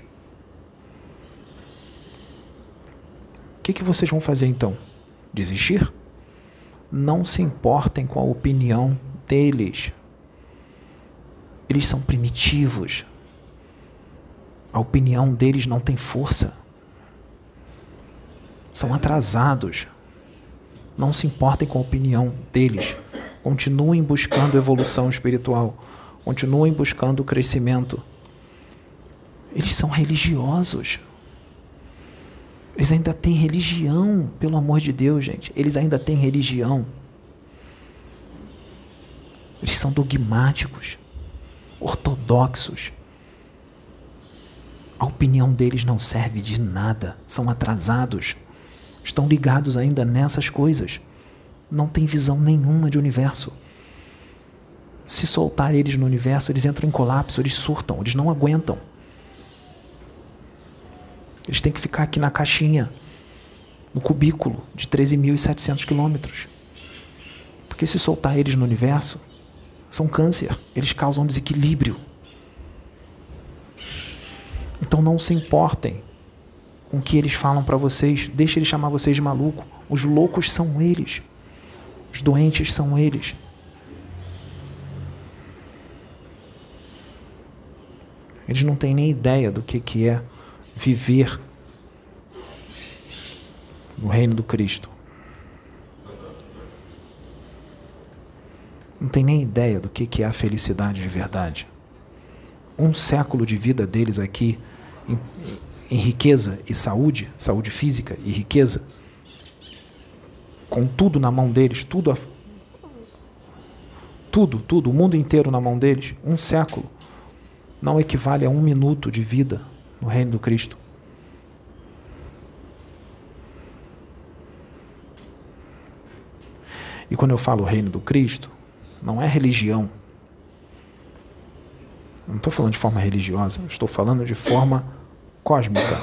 O que, que vocês vão fazer então? Desistir? Não se importem com a opinião deles. Eles são primitivos. A opinião deles não tem força. São atrasados. Não se importem com a opinião deles. Continuem buscando evolução espiritual. Continuem buscando crescimento. Eles são religiosos. Eles ainda têm religião, pelo amor de Deus, gente. Eles ainda têm religião. Eles são dogmáticos, ortodoxos. A opinião deles não serve de nada. São atrasados. Estão ligados ainda nessas coisas. Não têm visão nenhuma de universo. Se soltar eles no universo, eles entram em colapso, eles surtam, eles não aguentam. Eles têm que ficar aqui na caixinha, no cubículo de treze mil e setecentos quilômetros. Porque se soltar eles no universo, são câncer, eles causam desequilíbrio. Então não se importem com o que eles falam para vocês, deixe eles chamar vocês de maluco. Os loucos são eles, os doentes são eles. Eles não têm nem ideia do que, que é viver no reino do Cristo. Não tem nem ideia do que, que é a felicidade de verdade. Um século de vida deles aqui em, em riqueza e saúde, saúde física e riqueza, com tudo na mão deles, tudo, a, tudo, tudo, o mundo inteiro na mão deles, um século não equivale a um minuto de vida no reino do Cristo. E quando eu falo reino do Cristo, não é religião. Não estou falando de forma religiosa, estou falando de forma cósmica.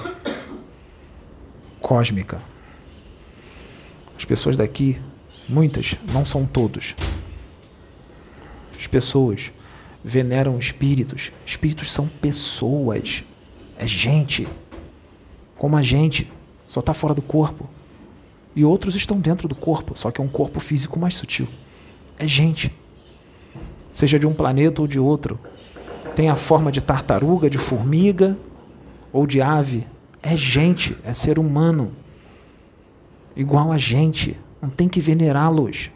Cósmica. As pessoas daqui, muitas, não são todos. As pessoas veneram espíritos. Espíritos são pessoas. É gente. Como a gente. Só está fora do corpo. E outros estão dentro do corpo, só que é um corpo físico mais sutil. É gente. Seja de um planeta ou de outro. Tem a forma de tartaruga, de formiga ou de ave. É gente, é ser humano. Igual a gente. Não tem que venerá-los.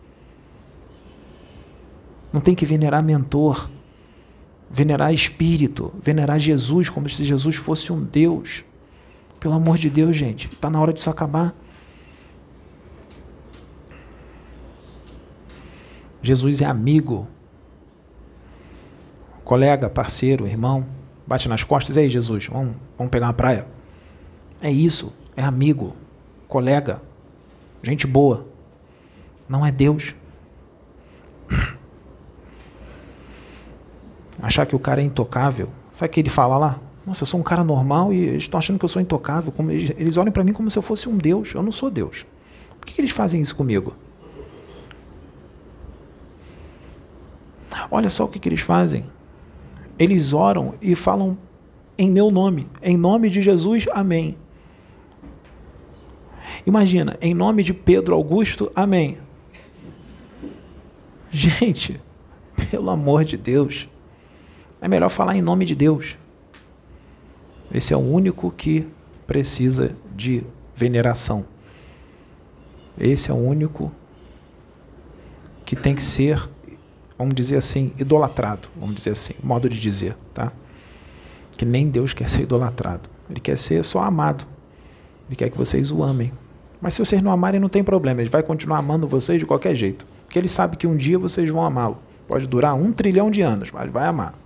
Não tem que venerar mentor. Venerar espírito. Venerar Jesus como se Jesus fosse um Deus. Pelo amor de Deus, gente. Está na hora disso acabar. Jesus é amigo. Colega, parceiro, irmão. Bate nas costas. E aí, Jesus, vamos, vamos pegar uma praia. É isso. É amigo. Colega. Gente boa. Não é Deus. Achar que o cara é intocável. Sabe o que ele fala lá? Nossa, eu sou um cara normal e eles estão achando que eu sou intocável. Como eles, eles olham para mim como se eu fosse um Deus. Eu não sou Deus. Por que, que eles fazem isso comigo? Olha só o que, que eles fazem. Eles oram e falam em meu nome. Em nome de Jesus, amém. Imagina, em nome de Pedro Augusto, amém. Gente, pelo amor de Deus. É melhor falar em nome de Deus. Esse é o único que precisa de veneração. Esse é o único que tem que ser, vamos dizer assim, idolatrado. Vamos dizer assim, modo de dizer, tá? Que nem Deus quer ser idolatrado. Ele quer ser só amado. Ele quer que vocês o amem. Mas se vocês não amarem, não tem problema. Ele vai continuar amando vocês de qualquer jeito. Porque ele sabe que um dia vocês vão amá-lo. Pode durar um trilhão de anos, mas vai amar.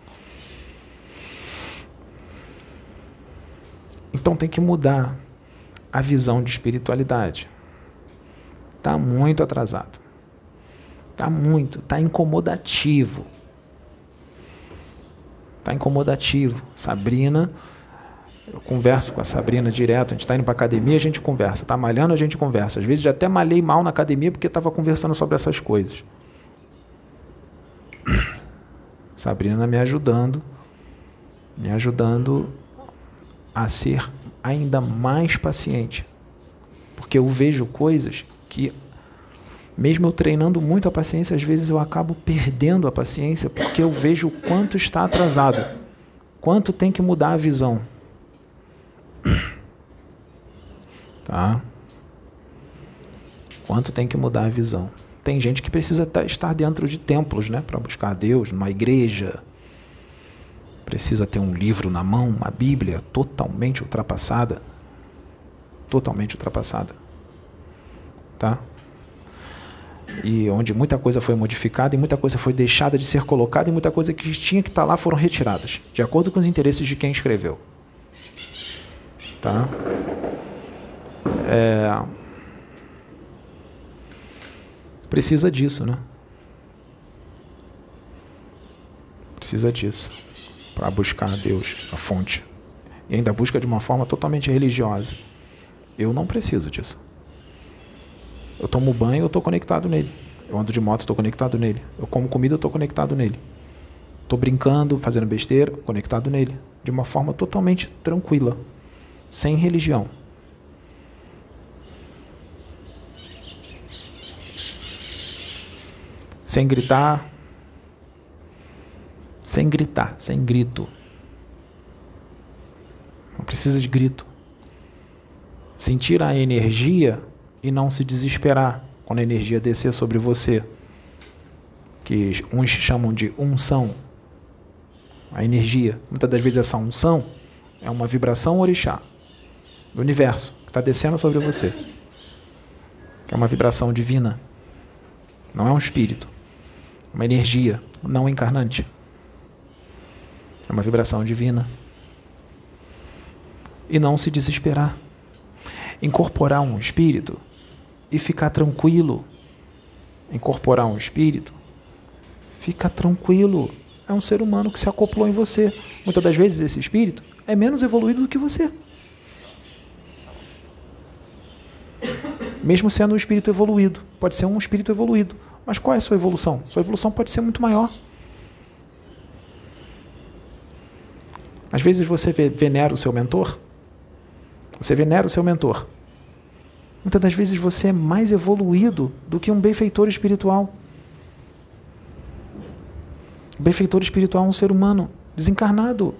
Então tem que mudar a visão de espiritualidade. Está muito atrasado. Está muito. Está incomodativo. Está incomodativo. Sabrina, eu converso com a Sabrina direto. A gente está indo para a academia, a gente conversa. Está malhando, a gente conversa. Às vezes já até malhei mal na academia porque estava conversando sobre essas coisas. Sabrina me ajudando. Me ajudando a ser ainda mais paciente. Porque eu vejo coisas que, mesmo eu treinando muito a paciência, às vezes eu acabo perdendo a paciência porque eu vejo o quanto está atrasado. Quanto tem que mudar a visão. Tá? Quanto tem que mudar a visão. Tem gente que precisa estar dentro de templos, né, para buscar a Deus, numa igreja. Precisa ter um livro na mão, uma Bíblia totalmente ultrapassada. Totalmente ultrapassada. Tá? E onde muita coisa foi modificada e muita coisa foi deixada de ser colocada e muita coisa que tinha que estar lá foram retiradas, de acordo com os interesses de quem escreveu. Tá? É... Precisa disso, né? Precisa disso. Para buscar a Deus, a fonte. E ainda busca de uma forma totalmente religiosa. Eu não preciso disso. Eu tomo banho, eu estou conectado nele. Eu ando de moto, estou conectado nele. Eu como comida, eu estou conectado nele. Estou brincando, fazendo besteira, conectado nele. De uma forma totalmente tranquila. Sem religião. Sem gritar. Sem gritar, sem grito. Não precisa de grito. Sentir a energia e não se desesperar quando a energia descer sobre você. Que uns chamam de unção. A energia. Muitas das vezes essa unção é uma vibração orixá do universo que está descendo sobre você. Que é uma vibração divina. Não é um espírito. É uma energia não encarnante. É uma vibração divina. E não se desesperar. Incorporar um espírito e ficar tranquilo. Incorporar um espírito, fica tranquilo. é um ser humano que se acoplou em você. Muitas das vezes esse espírito é menos evoluído do que você. Mesmo sendo um espírito evoluído. Pode ser um espírito evoluído. Mas qual é a sua evolução? Sua evolução pode ser muito maior. Às vezes você venera o seu mentor. Você venera o seu mentor. Muitas das vezes você é mais evoluído do que um benfeitor espiritual. O benfeitor espiritual é um ser humano desencarnado.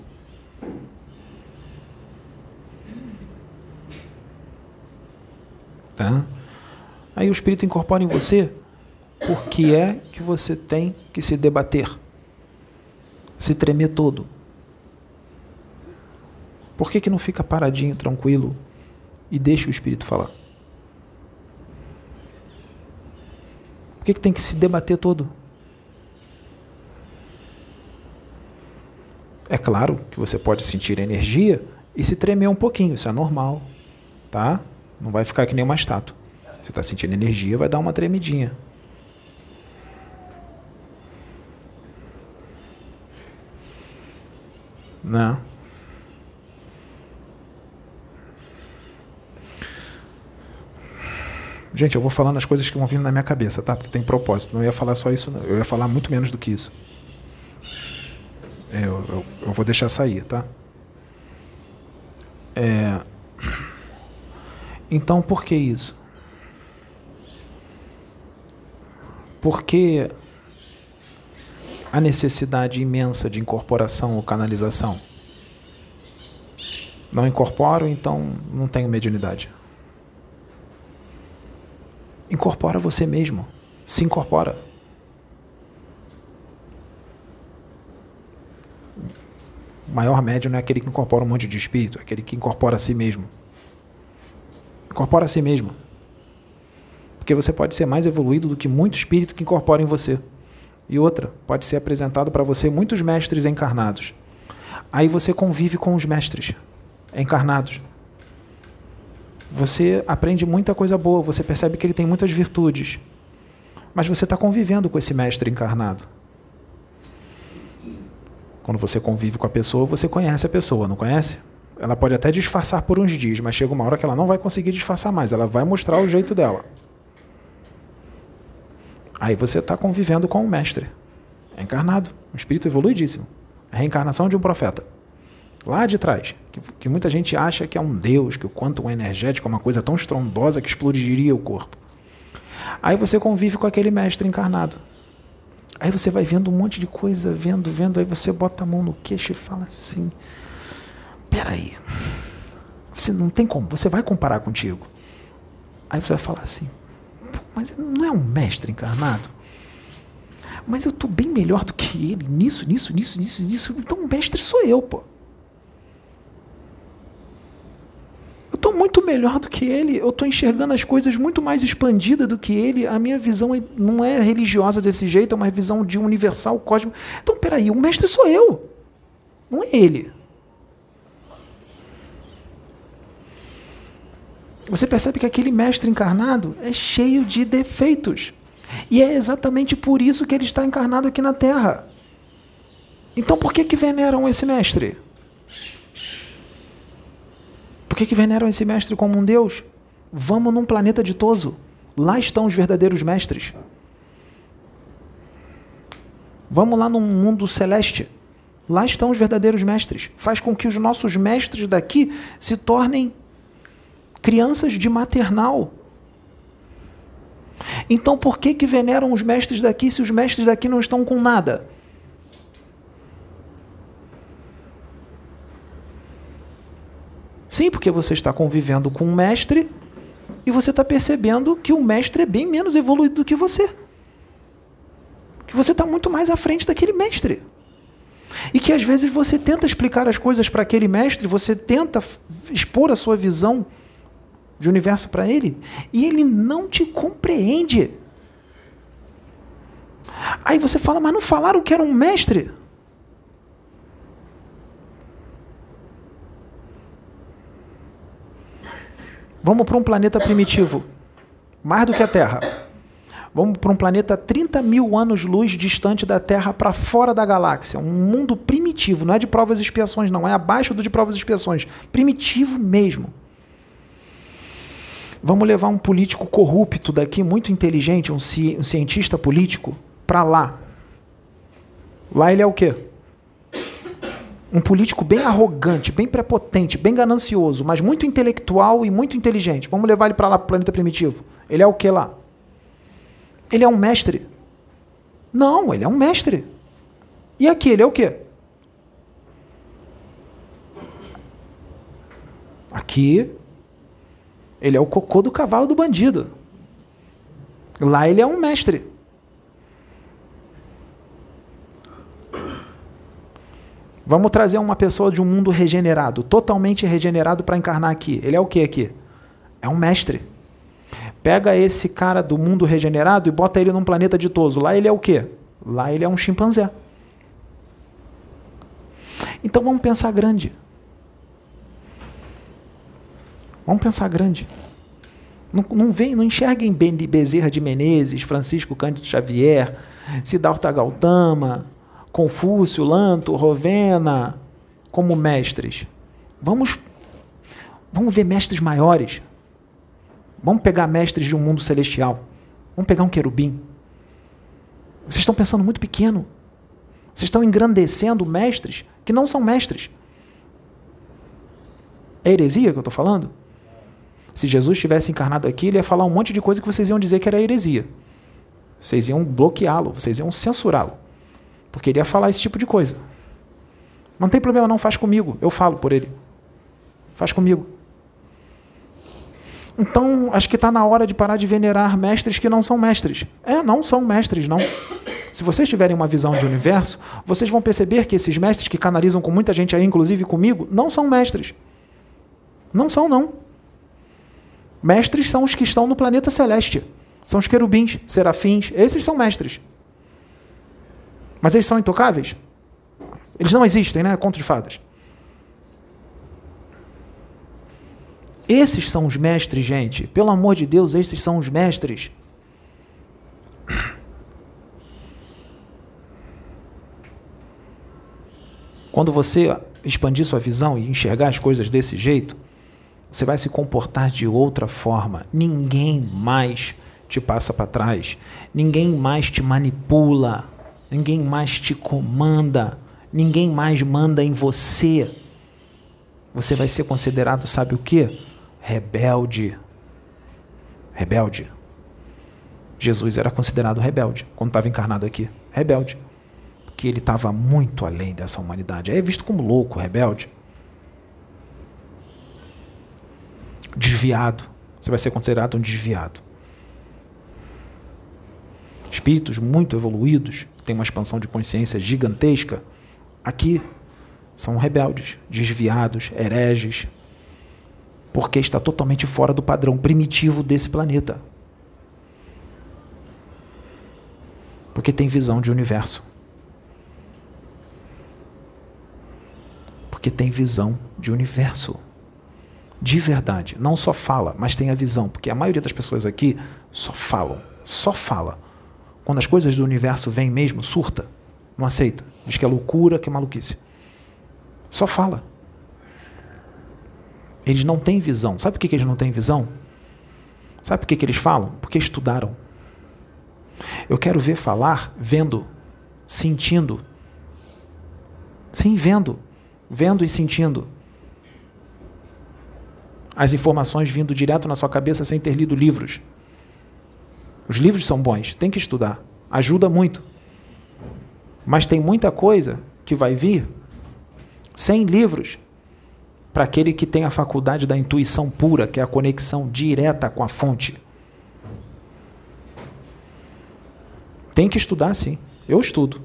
Tá? Aí o espírito incorpora em você. Por que é que você tem que se debater? Se tremer todo? Por que que não fica paradinho, tranquilo e deixa o espírito falar? Por que que tem que se debater todo? É claro que você pode sentir energia e se tremer um pouquinho, isso é normal, tá? Não vai ficar que nem uma estátua. Você está sentindo energia, vai dar uma tremidinha. Não. Gente, eu vou falando as coisas que vão vindo na minha cabeça, tá? Porque tem propósito. Não ia falar só isso, não. Eu ia falar muito menos do que isso. É, eu, eu, eu vou deixar sair, tá? É... Então, por que isso? Por que a necessidade imensa de incorporação ou canalização? Não incorporo, então não tenho mediunidade. Incorpora você mesmo. Se incorpora. O maior médium não é aquele que incorpora um monte de espírito, é aquele que incorpora a si mesmo. Incorpora a si mesmo. Porque você pode ser mais evoluído do que muito espírito que incorpora em você. E outra, pode ser apresentado para você muitos mestres encarnados. Aí você convive com os mestres encarnados. Você aprende muita coisa boa, você percebe que ele tem muitas virtudes. Mas você está convivendo com esse mestre encarnado. Quando você convive com a pessoa, você conhece a pessoa, não conhece? Ela pode até disfarçar por uns dias, mas chega uma hora que ela não vai conseguir disfarçar mais, ela vai mostrar o jeito dela. Aí você está convivendo com o mestre. É encarnado, um espírito evoluidíssimo. É a reencarnação de um profeta. Lá de trás, que, que muita gente acha que é um deus, que o quantum energético é uma coisa tão estrondosa que explodiria o corpo. Aí você convive com aquele mestre encarnado. Aí você vai vendo um monte de coisa, vendo, vendo, aí você bota a mão no queixo e fala assim, peraí, você não tem como, você vai comparar contigo. Aí você vai falar assim, mas não é um mestre encarnado? Mas eu estou bem melhor do que ele, nisso, nisso, nisso, nisso, nisso, então o mestre sou eu, pô. Eu estou muito melhor do que ele, eu estou enxergando as coisas muito mais expandidas do que ele, a minha visão não é religiosa desse jeito, é uma visão de universal, cósmico. Então, peraí, o mestre sou eu, não é ele. Você percebe que aquele mestre encarnado é cheio de defeitos. E é exatamente por isso que ele está encarnado aqui na Terra. Então, por que que veneram esse mestre? Por que que veneram esse mestre como um deus? Vamos num planeta ditoso. Lá estão os verdadeiros mestres. Vamos lá num mundo celeste. Lá estão os verdadeiros mestres. Faz com que os nossos mestres daqui se tornem crianças de maternal. Então por que que veneram os mestres daqui se os mestres daqui não estão com nada? Sim, porque você está convivendo com um mestre e você está percebendo que o mestre é bem menos evoluído do que você. Que você está muito mais à frente daquele mestre. E que às vezes você tenta explicar as coisas para aquele mestre, você tenta expor a sua visão de universo para ele, e ele não te compreende. Aí você fala, mas não falaram que era um mestre? Vamos para um planeta primitivo, mais do que a Terra. Vamos para um planeta trinta mil anos-luz distante da Terra, para fora da galáxia. Um mundo primitivo, não é de provas e expiações, não. É abaixo do de provas e expiações. Primitivo mesmo. Vamos levar um político corrupto daqui, muito inteligente, um, ci um cientista político, para lá. Lá ele é o quê? Um político bem arrogante, bem prepotente, bem ganancioso, mas muito intelectual e muito inteligente. Vamos levar ele para lá, para o planeta primitivo. Ele é o quê lá? Ele é um mestre. Não, ele é um mestre. E aqui, ele é o quê? Aqui, ele é o cocô do cavalo do bandido. Lá ele é um mestre. Vamos trazer uma pessoa de um mundo regenerado, totalmente regenerado, para encarnar aqui. Ele é o quê aqui? É um mestre. Pega esse cara do mundo regenerado e bota ele num planeta ditoso. Lá ele é o quê? Lá ele é um chimpanzé. Então vamos pensar grande. Vamos pensar grande. Não, não, vem, não enxerguem Bezerra de Menezes, Francisco Cândido Xavier, Siddhartha Gautama, Confúcio, Lanto, Rovena como mestres. Vamos, vamos ver mestres maiores. Vamos pegar mestres de um mundo celestial. Vamos pegar um querubim. Vocês estão pensando muito pequeno. Vocês estão engrandecendo mestres que não são mestres. É heresia que eu estou falando? Se Jesus tivesse encarnado aqui, ele ia falar um monte de coisa que vocês iam dizer que era heresia. Vocês iam bloqueá-lo, vocês iam censurá-lo. Porque ele ia falar esse tipo de coisa. Não tem problema não, faz comigo. Eu falo por ele. Faz comigo. Então, acho que está na hora de parar de venerar mestres que não são mestres. É, não são mestres, não. Se vocês tiverem uma visão de universo, vocês vão perceber que esses mestres que canalizam com muita gente aí, inclusive comigo, não são mestres. Não são, não. Mestres são os que estão no planeta celeste. São os querubins, serafins. Esses são mestres. Mas eles são intocáveis? Eles não existem, né? Conto de fadas. Esses são os mestres, gente. Pelo amor de Deus, esses são os mestres. Quando você expandir sua visão e enxergar as coisas desse jeito, você vai se comportar de outra forma. Ninguém mais te passa para trás. Ninguém mais te manipula. Ninguém mais te comanda. Ninguém mais manda em você. Você vai ser considerado, sabe o quê? Rebelde. Rebelde. Jesus era considerado rebelde quando estava encarnado aqui. Rebelde. Porque ele estava muito além dessa humanidade. Aí é visto como louco, rebelde. Desviado. Você vai ser considerado um desviado. Espíritos muito evoluídos, têm uma expansão de consciência gigantesca, aqui são rebeldes, desviados, hereges, porque está totalmente fora do padrão primitivo desse planeta. Porque tem visão de universo. Porque tem visão de universo. De verdade. Não só fala, mas tem a visão. Porque a maioria das pessoas aqui só falam. Só fala. Quando as coisas do universo vêm mesmo, surta. Não aceita. Diz que é loucura, que é maluquice. Só fala. Eles não têm visão. Sabe por que eles não têm visão? Sabe por que eles falam? Porque estudaram. Eu quero ver falar vendo, sentindo. Sim, vendo. Vendo e sentindo. As informações vindo direto na sua cabeça sem ter lido livros. Os livros são bons, tem que estudar. Ajuda muito. Mas tem muita coisa que vai vir sem livros para aquele que tem a faculdade da intuição pura, que é a conexão direta com a fonte. Tem que estudar, sim. Eu estudo.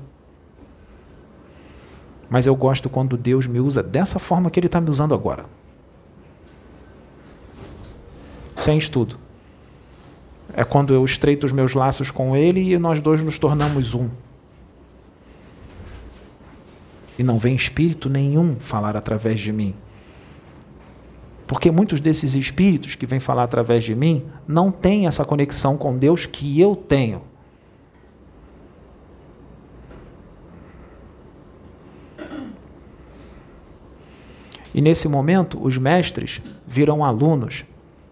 Mas eu gosto quando Deus me usa dessa forma que Ele está me usando agora. Sem estudo. É quando eu estreito os meus laços com Ele e nós dois nos tornamos um. E não vem espírito nenhum falar através de mim. Porque muitos desses espíritos que vêm falar através de mim não têm essa conexão com Deus que eu tenho. E nesse momento, os mestres viram alunos.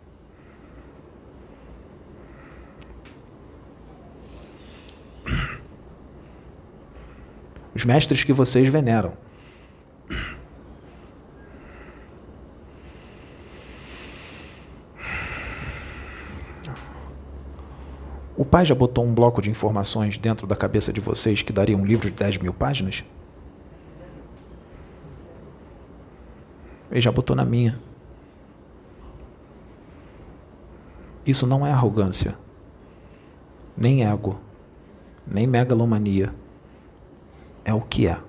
Os mestres que vocês veneram. O pai já botou um bloco de informações dentro da cabeça de vocês que daria um livro de dez mil páginas? Ele já botou na minha. Isso não é arrogância, nem ego, nem megalomania. É o que é.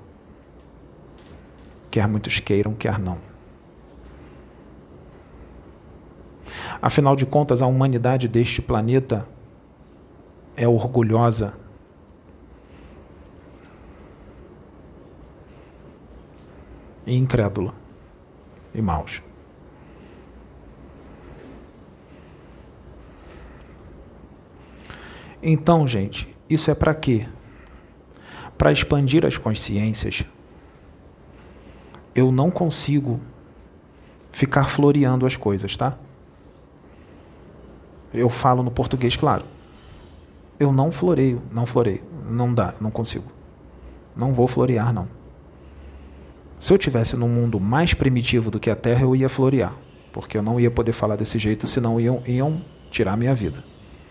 Quer muitos queiram, quer não. Afinal de contas, a humanidade deste planeta é orgulhosa. E incrédula. E maus. Então, gente, isso é para quê? Para expandir as consciências. Eu não consigo ficar floreando as coisas, tá? Eu falo no português, claro. Eu não floreio, não floreio. Não dá, não consigo. Não vou florear, não. Se eu tivesse num mundo mais primitivo do que a Terra, eu ia florear. Porque eu não ia poder falar desse jeito, senão iam, iam tirar a minha vida.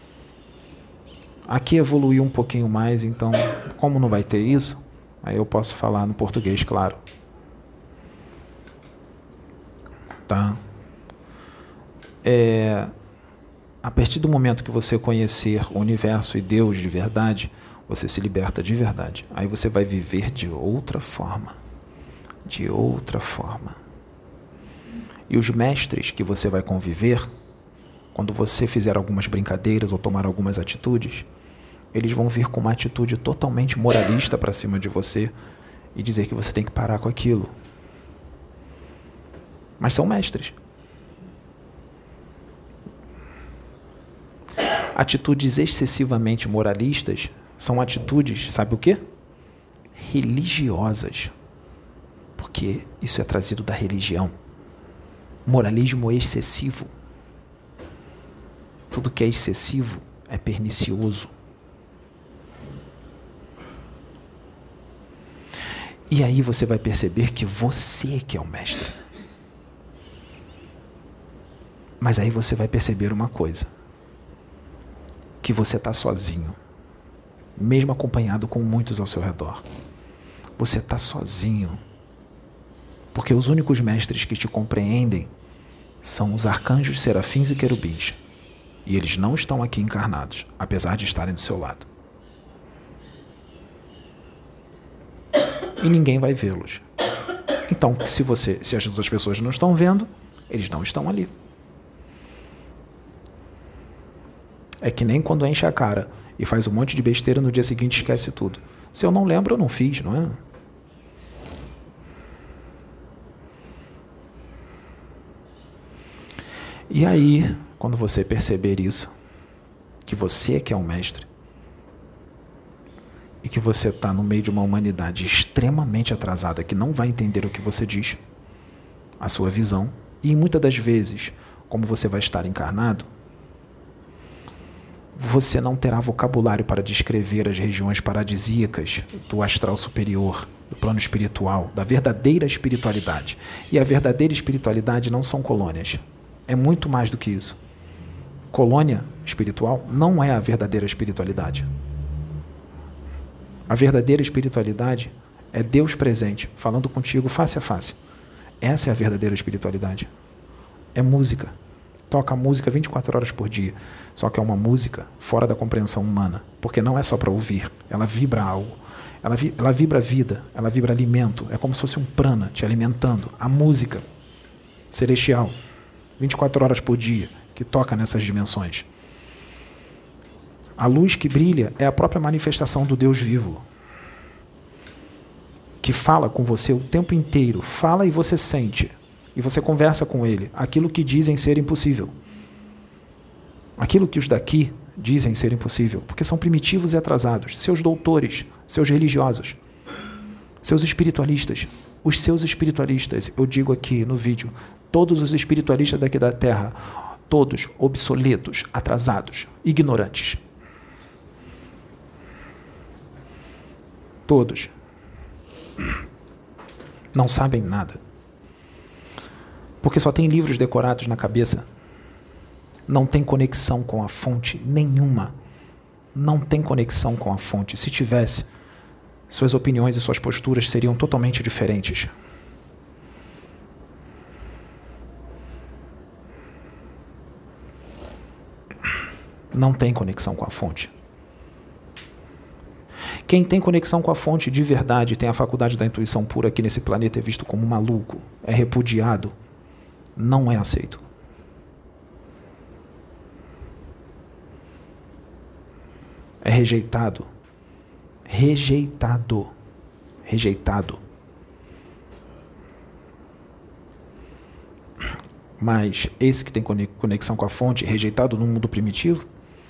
Aqui evoluiu um pouquinho mais, então, como não vai ter isso, aí eu posso falar no português, claro. Tá? É, a partir do momento que você conhecer o universo e Deus de verdade, você se liberta de verdade. Aí você vai viver de outra forma. De outra forma. E os mestres que você vai conviver, quando você fizer algumas brincadeiras ou tomar algumas atitudes, eles vão vir com uma atitude totalmente moralista para cima de você e dizer que você tem que parar com aquilo. Mas são mestres. Atitudes excessivamente moralistas são atitudes, sabe o quê? Religiosas. Porque isso é trazido da religião. Moralismo excessivo. Tudo que é excessivo é pernicioso. E aí você vai perceber que você que é o mestre. Mas aí você vai perceber uma coisa. Que você está sozinho. Mesmo acompanhado com muitos ao seu redor. Você está sozinho. Porque os únicos mestres que te compreendem são os arcanjos, serafins e querubins. E eles não estão aqui encarnados, apesar de estarem do seu lado. E ninguém vai vê-los. Então, se você, se as outras pessoas não estão vendo, eles não estão ali. É que nem quando enche a cara e faz um monte de besteira, no dia seguinte esquece tudo. Se eu não lembro, eu não fiz, não é? E aí, quando você perceber isso, que você que é o mestre, e que você está no meio de uma humanidade extremamente atrasada, que não vai entender o que você diz, a sua visão, e muitas das vezes, como você vai estar encarnado, você não terá vocabulário para descrever as regiões paradisíacas do astral superior, do plano espiritual, da verdadeira espiritualidade. E a verdadeira espiritualidade não são colônias. É muito mais do que isso. Colônia espiritual não é a verdadeira espiritualidade. A verdadeira espiritualidade é Deus presente, falando contigo face a face. Essa é a verdadeira espiritualidade. É música. Toca música vinte e quatro horas por dia. Só que é uma música fora da compreensão humana. Porque não é só para ouvir. Ela vibra algo. Ela, vi, ela vibra vida. Ela vibra alimento. É como se fosse um prana te alimentando. A música celestial. vinte e quatro horas por dia. Que toca nessas dimensões. A luz que brilha é a própria manifestação do Deus vivo. Que fala com você o tempo inteiro. Fala e você sente. e você conversa com ele aquilo que dizem ser impossível. Aquilo que os daqui dizem ser impossível, porque são primitivos e atrasados, seus doutores, seus religiosos, seus espiritualistas. Os seus espiritualistas, eu digo aqui no vídeo, todos os espiritualistas daqui da Terra, todos obsoletos, atrasados, ignorantes. Todos. Não sabem nada. Porque só tem livros decorados na cabeça. Não tem conexão com a fonte nenhuma. Não tem conexão com a fonte. Se tivesse, suas opiniões e suas posturas seriam totalmente diferentes. Não tem conexão com a fonte. Quem tem conexão com a fonte de verdade, tem a faculdade da intuição pura aqui nesse planeta, é visto como maluco, é repudiado, não é aceito. É rejeitado. Rejeitado. Rejeitado. Mas esse que tem conexão com a fonte, rejeitado no mundo primitivo,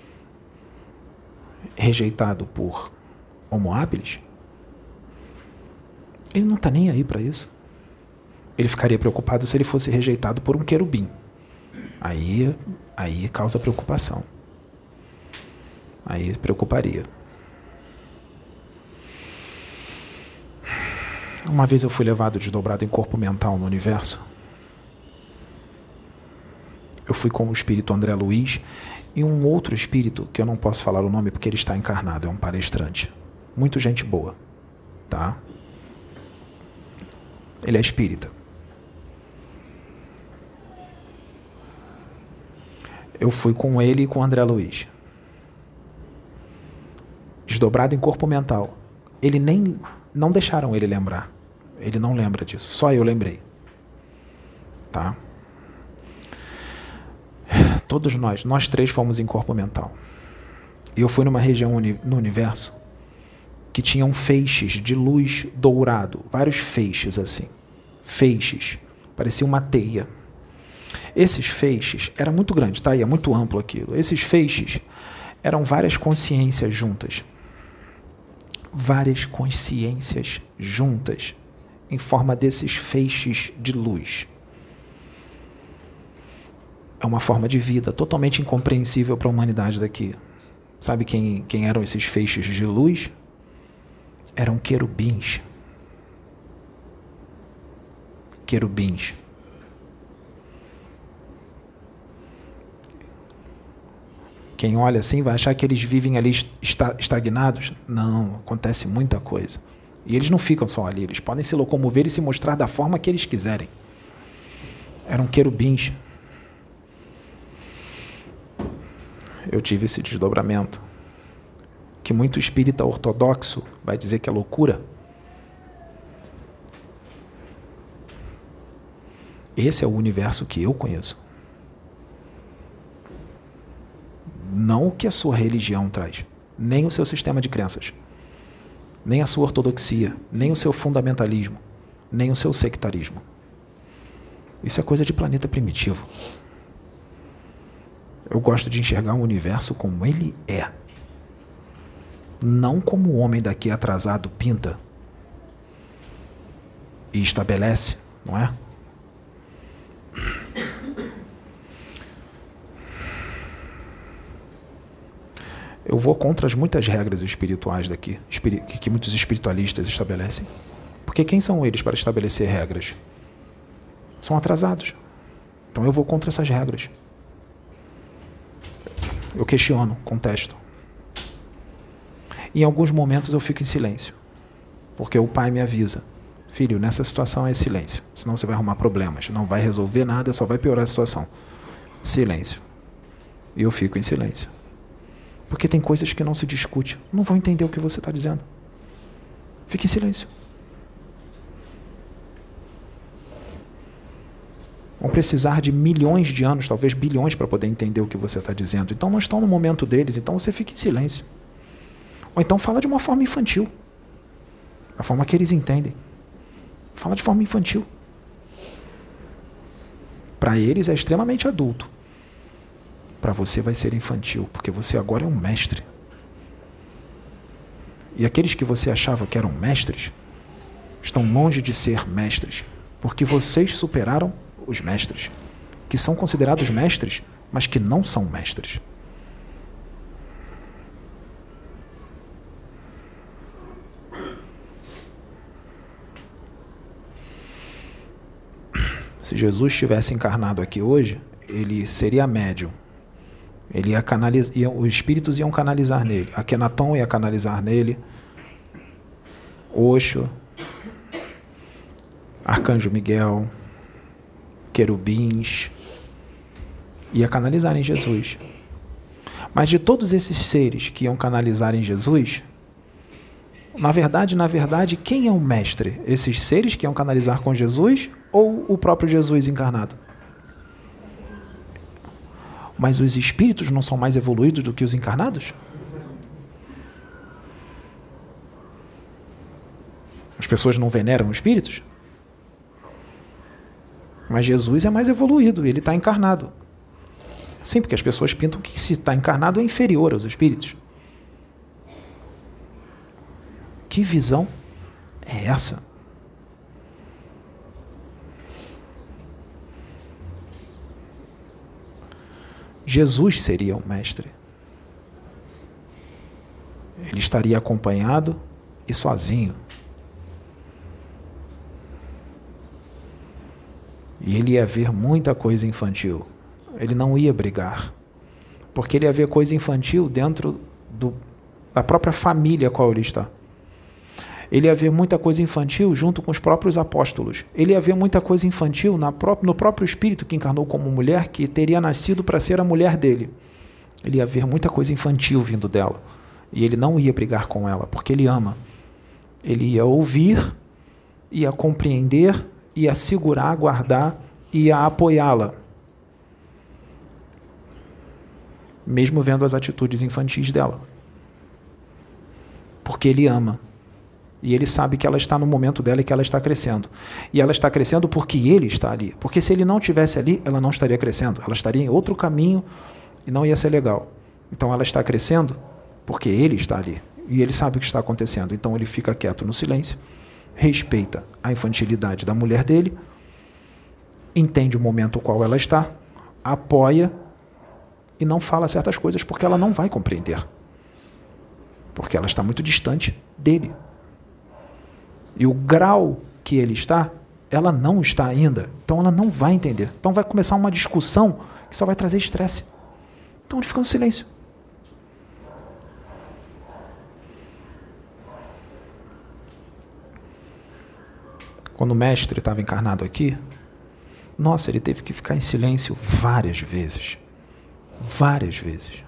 rejeitado por Homo habilis, ele não está nem aí para isso. Ele ficaria preocupado se ele fosse rejeitado por um querubim. Aí, aí causa preocupação. Aí preocuparia. Uma vez eu fui levado desdobrado em corpo mental no universo. Eu fui com o espírito André Luiz e um outro espírito, que eu não posso falar o nome porque ele está encarnado, é um palestrante. Muito gente boa, tá? Ele é espírita. Eu fui com ele e com o André Luiz. Desdobrado em corpo mental. Ele nem... Não deixaram ele lembrar. Ele não lembra disso. Só eu lembrei. Tá? Todos nós, nós três fomos em corpo mental. E eu fui numa região uni, no universo que tinham feixes de luz dourado. Vários feixes assim. Feixes. Parecia uma teia. Esses feixes, era muito grande, tá? E é muito amplo aquilo. Esses feixes eram várias consciências juntas. Várias consciências juntas em forma desses feixes de luz. É uma forma de vida totalmente incompreensível para a humanidade daqui. Sabe quem, quem eram esses feixes de luz? Eram querubins. Querubins. Quem olha assim vai achar que eles vivem ali estagnados. Não, acontece muita coisa. E eles não ficam só ali, eles podem se locomover e se mostrar da forma que eles quiserem. Eram querubins. Eu tive esse desdobramento, que muito espírita ortodoxo vai dizer que é loucura. Esse é o universo que eu conheço. Não o que a sua religião traz, nem o seu sistema de crenças, nem a sua ortodoxia, nem o seu fundamentalismo, nem o seu sectarismo. Isso é coisa de planeta primitivo. Eu gosto de enxergar o universo como ele é. Não como o homem daqui atrasado pinta e estabelece, não é? Eu vou contra as muitas regras espirituais daqui, que muitos espiritualistas estabelecem. Porque quem são eles para estabelecer regras? São atrasados. Então eu vou contra essas regras. Eu questiono, contesto. Em alguns momentos eu fico em silêncio. Porque o pai me avisa. Filho, nessa situação é silêncio. Senão você vai arrumar problemas. Não vai resolver nada, só vai piorar a situação. Silêncio. E eu fico em silêncio. Porque tem coisas que não se discute. Não vão entender o que você está dizendo. Fique em silêncio. Vão precisar de milhões de anos, talvez bilhões, para poder entender o que você está dizendo. Então não estão no momento deles, então você fica em silêncio. Ou então fala de uma forma infantil. A forma que eles entendem. Fala de forma infantil. Para eles é extremamente adulto. Para você vai ser infantil, porque você agora é um mestre. E aqueles que você achava que eram mestres, estão longe de ser mestres, porque vocês superaram os mestres, que são considerados mestres, mas que não são mestres. Se Jesus estivesse encarnado aqui hoje, ele seria médium. Ele ia canalizar, ia, os espíritos iam canalizar nele. Akenaton ia canalizar nele. Osho, Arcanjo Miguel, querubins, ia canalizar em Jesus. Mas de todos esses seres que iam canalizar em Jesus, na verdade, na verdade, quem é o mestre? Esses seres que iam canalizar com Jesus ou o próprio Jesus encarnado? Mas os espíritos não são mais evoluídos do que os encarnados? As pessoas não veneram os espíritos? Mas Jesus é mais evoluído, ele está encarnado. Sim, porque as pessoas pintam que se está encarnado é inferior aos espíritos. Que visão é essa? Jesus seria o mestre. Ele estaria acompanhado e sozinho. E ele ia ver muita coisa infantil. Ele não ia brigar. Porque ele ia ver coisa infantil dentro do, da própria família a qual ele está. Ele ia ver muita coisa infantil junto com os próprios apóstolos. Ele ia ver muita coisa infantil na pró- no próprio espírito que encarnou como mulher, que teria nascido para ser a mulher dele. Ele ia ver muita coisa infantil vindo dela. E ele não ia brigar com ela, porque ele ama. Ele ia ouvir, ia compreender, ia segurar, guardar, ia apoiá-la. Mesmo vendo as atitudes infantis dela. Porque ele ama. E ele sabe que ela está no momento dela e que ela está crescendo. E ela está crescendo porque ele está ali. Porque se ele não estivesse ali, ela não estaria crescendo. Ela estaria em outro caminho e não ia ser legal. Então ela está crescendo porque ele está ali. E ele sabe o que está acontecendo. Então ele fica quieto no silêncio, respeita a infantilidade da mulher dele, entende o momento no qual ela está, apoia e não fala certas coisas porque ela não vai compreender. Porque ela está muito distante dele. E o grau que ele está, ela não está ainda. Então ela não vai entender. Então vai começar uma discussão que só vai trazer estresse. Então ele fica no silêncio. Quando o mestre estava encarnado aqui, nossa, ele teve que ficar em silêncio várias vezes. Várias vezes.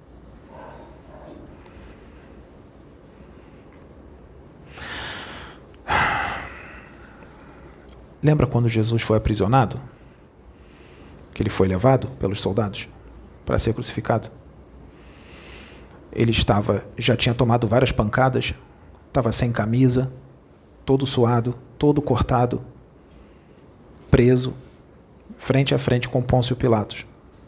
Lembra quando Jesus foi aprisionado? Que ele foi levado pelos soldados para ser crucificado? Ele estava, já tinha tomado várias pancadas, estava sem camisa, todo suado, todo cortado, preso, frente a frente com Pôncio Pilatos.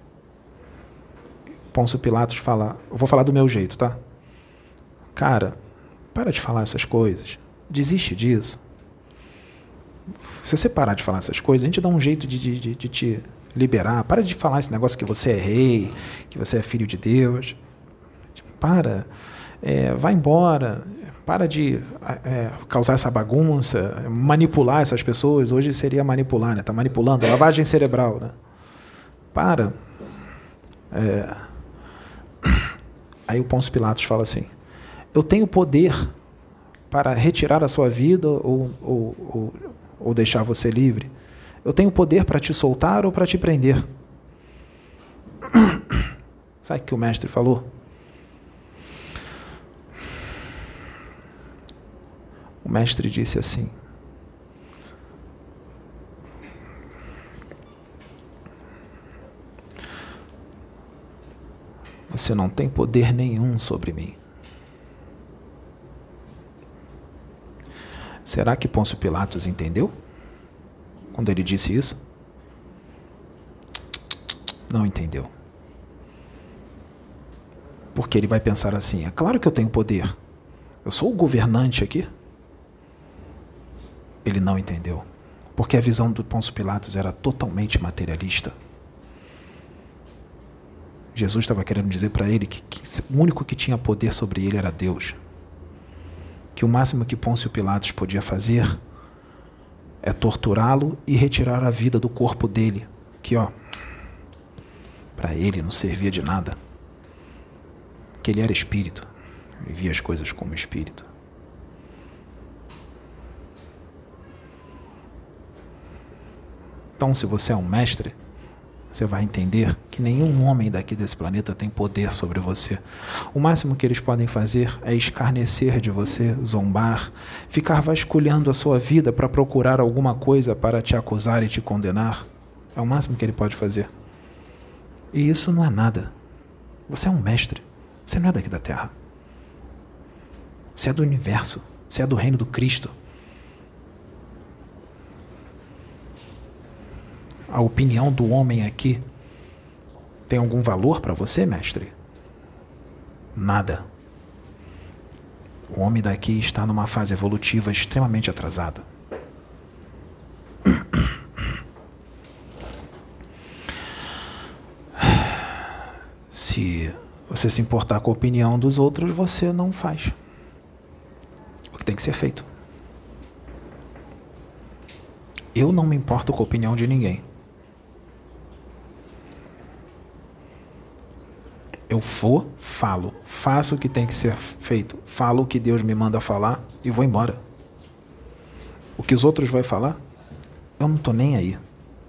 Pôncio Pilatos fala, eu vou falar do meu jeito, tá? Cara, para de falar essas coisas, desiste disso. Se você parar de falar essas coisas, a gente dá um jeito de, de, de te liberar. Para de falar esse negócio que você é rei, que você é filho de Deus. Para, é, vai embora. Para de é, causar essa bagunça, manipular essas pessoas. Hoje seria manipular, né? Tá manipulando, lavagem cerebral, né? Para. É... Aí o Pôncio Pilatos fala assim: eu tenho poder para retirar a sua vida ou, ou, ou, ou deixar você livre. Eu tenho poder para te soltar ou para te prender. Sabe o que o mestre falou? O mestre disse assim: você não tem poder nenhum sobre mim. Será que Pôncio Pilatos entendeu quando ele disse isso? Não entendeu. Porque ele vai pensar assim, é claro que eu tenho poder. Eu sou o governante aqui. Ele não entendeu. Porque a visão do Pôncio Pilatos era totalmente materialista. Jesus estava querendo dizer para ele que, que o único que tinha poder sobre ele era Deus. Que o máximo que Pôncio Pilatos podia fazer é torturá-lo e retirar a vida do corpo dele. Que, ó, para ele não servia de nada. Que ele era espírito. Ele via as coisas como espírito. Então, se você é um mestre, você vai entender que nenhum homem daqui desse planeta tem poder sobre você. O máximo que eles podem fazer é escarnecer de você, zombar, ficar vasculhando a sua vida para procurar alguma coisa para te acusar e te condenar. É o máximo que ele pode fazer. E isso não é nada. Você é um mestre. Você não é daqui da Terra. Você é do universo. Você é do reino do Cristo. A opinião do homem aqui tem algum valor para você, mestre? Nada. O homem daqui está numa fase evolutiva extremamente atrasada. Se você se importar com a opinião dos outros, você não faz o que tem que ser feito. Eu não me importo com a opinião de ninguém. Eu vou, falo, faço o que tem que ser feito, falo o que Deus me manda falar e vou embora. O que os outros vão falar, eu não estou nem aí.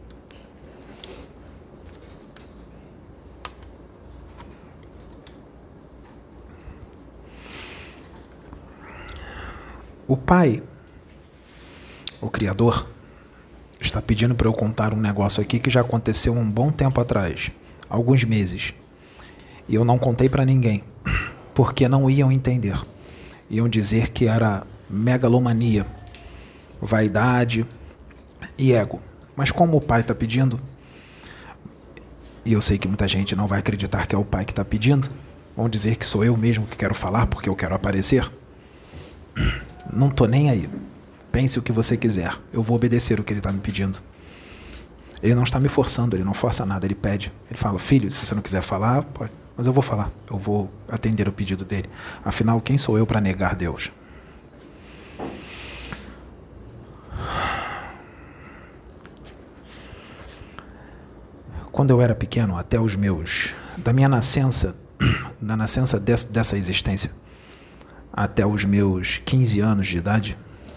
O Pai, o Criador, está pedindo para eu contar um negócio aqui que já aconteceu um bom tempo atrás, alguns meses. E eu não contei para ninguém, porque não iam entender. Iam dizer que era megalomania, vaidade e ego. Mas como o Pai está pedindo, e eu sei que muita gente não vai acreditar que é o Pai que está pedindo, vão dizer que sou eu mesmo que quero falar porque eu quero aparecer. Não estou nem aí. Pense o que você quiser. Eu vou obedecer o que ele está me pedindo. Ele não está me forçando, ele não força nada, ele pede. Ele fala, filho, se você não quiser falar, pode. Mas eu vou falar, eu vou atender o pedido dele. Afinal, quem sou eu para negar Deus? Quando eu era pequeno, até os meus... Da minha nascença, da nascença des, dessa existência, até os meus quinze anos de idade,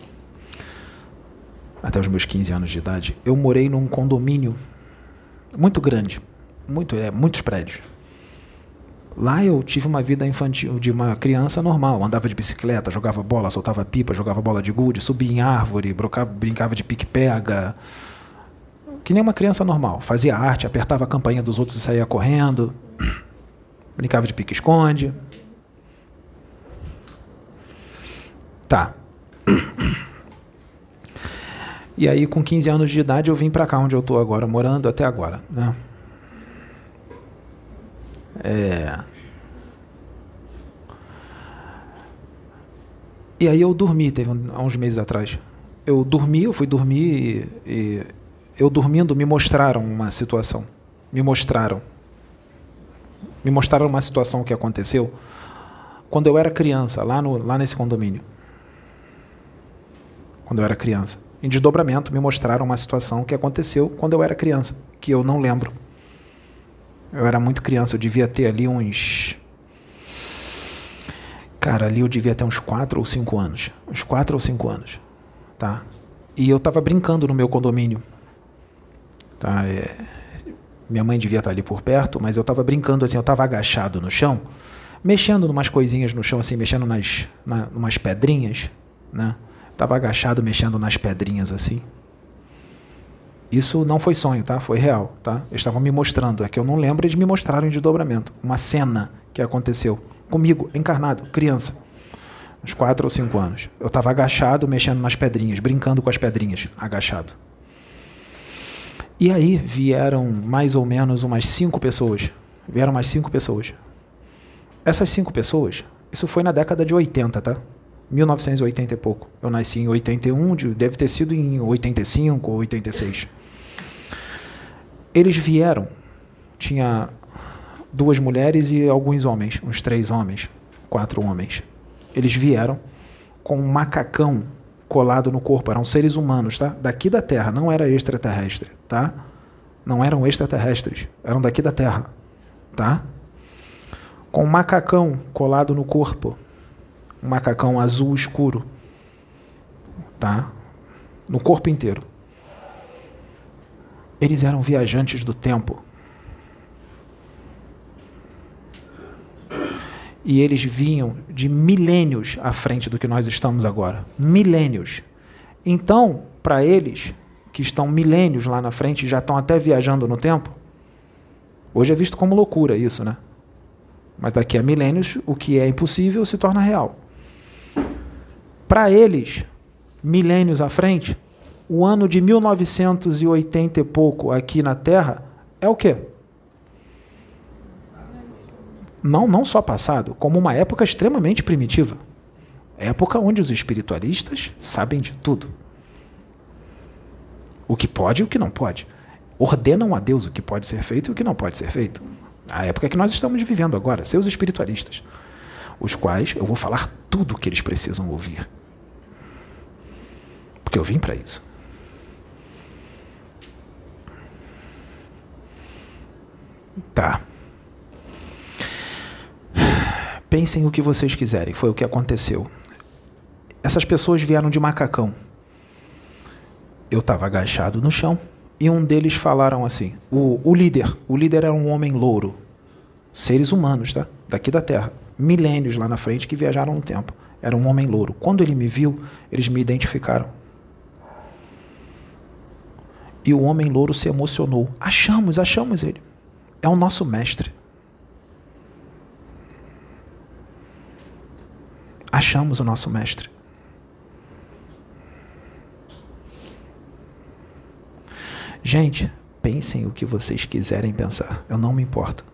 até os meus quinze anos de idade, eu morei num condomínio muito grande, muito, é, muitos prédios. Lá eu tive uma vida infantil de uma criança normal. Andava de bicicleta, jogava bola, soltava pipa, jogava bola de gude, subia em árvore, brocava, brincava de pique-pega. Que nem uma criança normal. Fazia arte, apertava a campainha dos outros e saía correndo. Brincava de pique-esconde. Tá. E aí, com quinze anos de idade, eu vim pra cá, onde eu tô agora, morando até agora, né? É... E aí eu dormi, teve um, há uns meses atrás. Eu dormi, eu fui dormir e, e eu dormindo me mostraram uma situação. Me mostraram. Me mostraram uma situação que aconteceu quando eu era criança, lá, no, lá nesse condomínio. Quando eu era criança. Em desdobramento, me mostraram uma situação que aconteceu quando eu era criança, que eu não lembro. Eu era muito criança, eu devia ter ali uns... Cara, ali eu devia ter uns quatro ou cinco anos. Uns quatro ou cinco anos, tá? E eu tava brincando no meu condomínio. Tá? É... Minha mãe devia estar ali por perto, mas eu tava brincando assim, eu tava agachado no chão, mexendo numas coisinhas no chão, assim, mexendo nas, na, numas pedrinhas, né? Tava agachado, mexendo nas pedrinhas, assim. Isso não foi sonho, tá? Foi real, tá? Eles estavam me mostrando, é que eu não lembro, eles me mostraram em desdobramento. Uma cena que aconteceu comigo, encarnado, criança, uns quatro ou cinco anos. Eu estava agachado, mexendo nas pedrinhas, brincando com as pedrinhas, agachado. E aí vieram mais ou menos umas cinco pessoas. Vieram mais cinco pessoas. Essas cinco pessoas, isso foi na década de oitenta, tá? mil novecentos e oitenta e pouco. Eu nasci em oitenta e um, deve ter sido em oitenta e cinco ou oitenta e seis. Eles vieram, tinha duas mulheres e alguns homens, uns três homens, quatro homens. Eles vieram com um macacão colado no corpo, eram seres humanos, tá? Daqui da Terra, não era extraterrestre, tá? Não eram extraterrestres, eram daqui da Terra, tá? Com um macacão colado no corpo, um macacão azul escuro, tá? No corpo inteiro. Eles eram viajantes do tempo. E eles vinham de milênios à frente do que nós estamos agora. Milênios. Então, para eles, que estão milênios lá na frente, já estão até viajando no tempo, hoje é visto como loucura isso, né? Mas daqui a milênios, o que é impossível se torna real. Para eles, milênios à frente, o ano de mil novecentos e oitenta e pouco aqui na Terra é o quê? Não, não só passado, como uma época extremamente primitiva. Época onde os espiritualistas sabem de tudo. O que pode e o que não pode. Ordenam a Deus o que pode ser feito e o que não pode ser feito. A época que nós estamos vivendo agora, seus espiritualistas, os quais eu vou falar tudo o que eles precisam ouvir. Porque eu vim para isso. Tá. Pensem o que vocês quiserem, foi o que aconteceu. Essas pessoas vieram de macacão. Eu estava agachado no chão e um deles falaram assim, o, o líder, o líder era um homem louro, seres humanos, tá? Daqui da Terra, milênios lá na frente que viajaram no tempo. Era um homem louro. Quando ele me viu, eles me identificaram. E o homem louro se emocionou. Achamos, achamos ele. É o nosso mestre. Achamos o nosso mestre. Gente, pensem o que vocês quiserem pensar. Eu não me importo.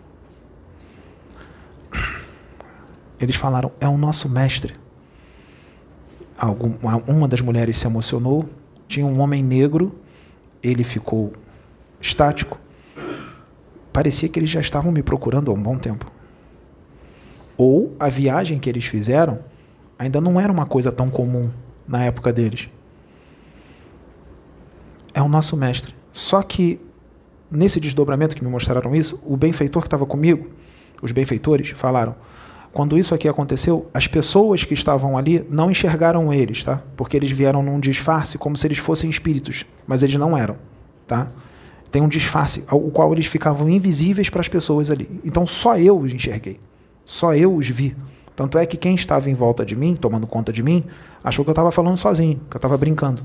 Eles falaram, é o nosso mestre. Algum, uma das mulheres se emocionou. Tinha um homem negro. Ele ficou estático. Parecia que eles já estavam me procurando há um bom tempo. Ou a viagem que eles fizeram ainda não era uma coisa tão comum na época deles. É o nosso mestre. Só que, nesse desdobramento que me mostraram isso, o benfeitor que estava comigo, os benfeitores, falaram, quando isso aqui aconteceu, as pessoas que estavam ali não enxergaram eles, tá? Porque eles vieram num disfarce como se eles fossem espíritos, mas eles não eram, tá? Tem um disfarce, o qual eles ficavam invisíveis para as pessoas ali. Então, só eu os enxerguei. Só eu os vi. Tanto é que quem estava em volta de mim, tomando conta de mim, achou que eu estava falando sozinho, que eu estava brincando.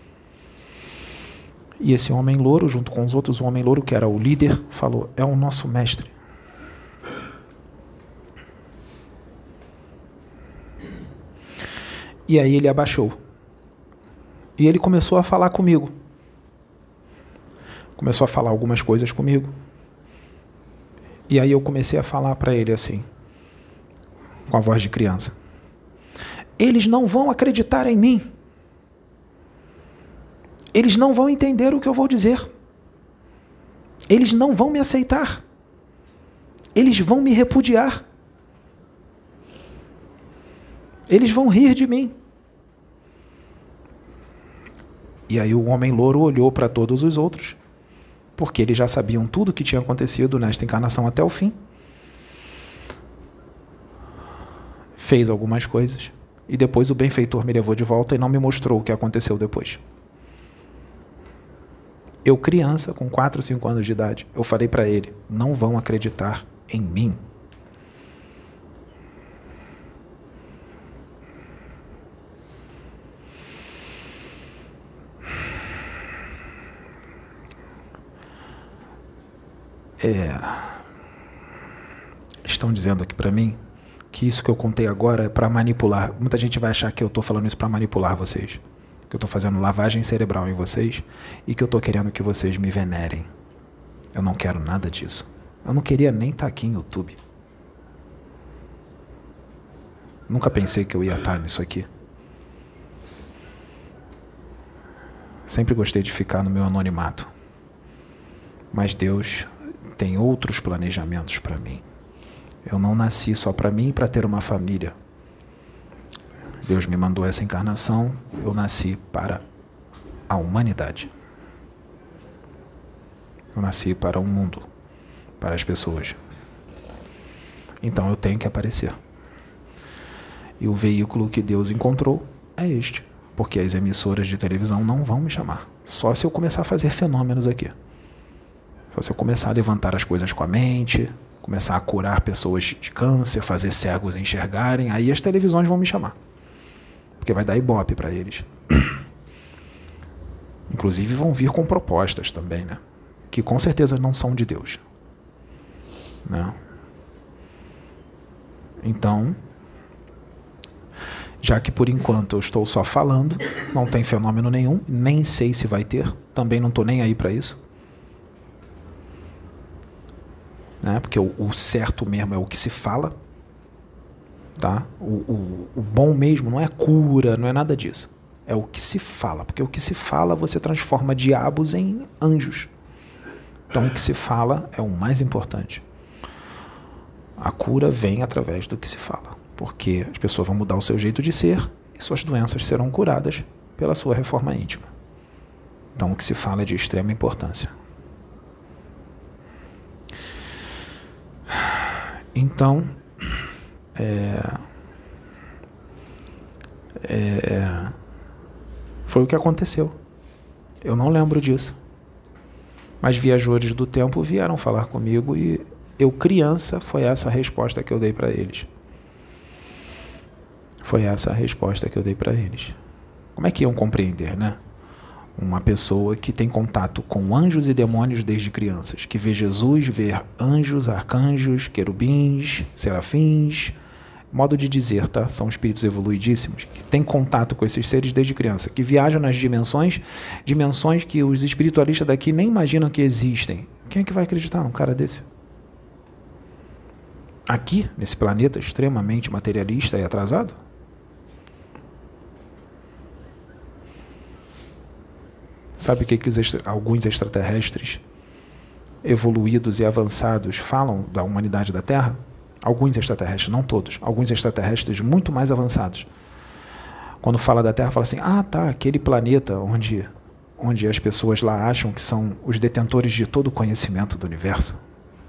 E esse homem louro, junto com os outros, o homem louro, que era o líder, falou, é o nosso mestre. E aí ele abaixou. E ele começou a falar comigo. Começou a falar algumas coisas comigo. E aí eu comecei a falar para ele assim, com a voz de criança. Eles não vão acreditar em mim. Eles não vão entender o que eu vou dizer. Eles não vão me aceitar. Eles vão me repudiar. Eles vão rir de mim. E aí o homem louro olhou para todos os outros, porque eles já sabiam tudo o que tinha acontecido nesta encarnação até o fim. Fez algumas coisas. E depois o benfeitor me levou de volta e não me mostrou o que aconteceu depois. Eu, criança, com quatro, cinco anos de idade, eu falei para ele, não vão acreditar em mim. É, estão dizendo aqui para mim que isso que eu contei agora é para manipular. Muita gente vai achar que eu estou falando isso para manipular vocês. que eu estou fazendo lavagem cerebral em vocês e que eu estou querendo que vocês me venerem. Eu não quero nada disso. Eu não queria nem estar aqui em YouTube. Nunca pensei que eu ia estar nisso aqui. Sempre gostei de ficar no meu anonimato. Mas Deus tem outros planejamentos para mim. Eu não nasci só para mim e para ter uma família. Deus me mandou essa encarnação, eu nasci para a humanidade. Eu nasci para o mundo, para as pessoas. Então eu tenho que aparecer. E o veículo que Deus encontrou é este. Porque as emissoras de televisão não vão me chamar. Só se eu começar a fazer fenômenos aqui. Só se eu começar a levantar as coisas com a mente, começar a curar pessoas de câncer, fazer cegos enxergarem, aí as televisões vão me chamar. Porque vai dar ibope para eles. Inclusive vão vir com propostas também, né? Que com certeza não são de Deus. Né? Então, já que por enquanto eu estou só falando, não tem fenômeno nenhum, nem sei se vai ter, também não estou nem aí para isso. Né? Porque o, o certo mesmo é o que se fala. Tá? O, o, o bom mesmo não é cura, não é nada disso. É o que se fala. Porque o que se fala você transforma diabos em anjos. Então o que se fala é o mais importante. A cura vem através do que se fala. Porque as pessoas vão mudar o seu jeito de ser e suas doenças serão curadas pela sua reforma íntima. Então o que se fala é de extrema importância. Então, é, é, foi o que aconteceu. Eu não lembro disso. Mas viajores do tempo vieram falar comigo e eu, criança, foi essa a resposta que eu dei para eles. Foi essa a resposta que eu dei para eles. Como é que iam compreender, né? Uma pessoa que tem contato com anjos e demônios desde crianças, que vê Jesus, vê anjos, arcanjos, querubins, serafins, modo de dizer, tá? São espíritos evoluidíssimos, que tem contato com esses seres desde criança, que viajam nas dimensões, dimensões que os espiritualistas daqui nem imaginam que existem. Quem é que vai acreditar num cara desse? Aqui, nesse planeta extremamente materialista e atrasado? Sabe o que, que os extra, alguns extraterrestres evoluídos e avançados falam da humanidade da Terra? Alguns extraterrestres, não todos. Alguns extraterrestres muito mais avançados. Quando fala da Terra, fala assim, ah, tá, aquele planeta onde, onde as pessoas lá acham que são os detentores de todo o conhecimento do universo.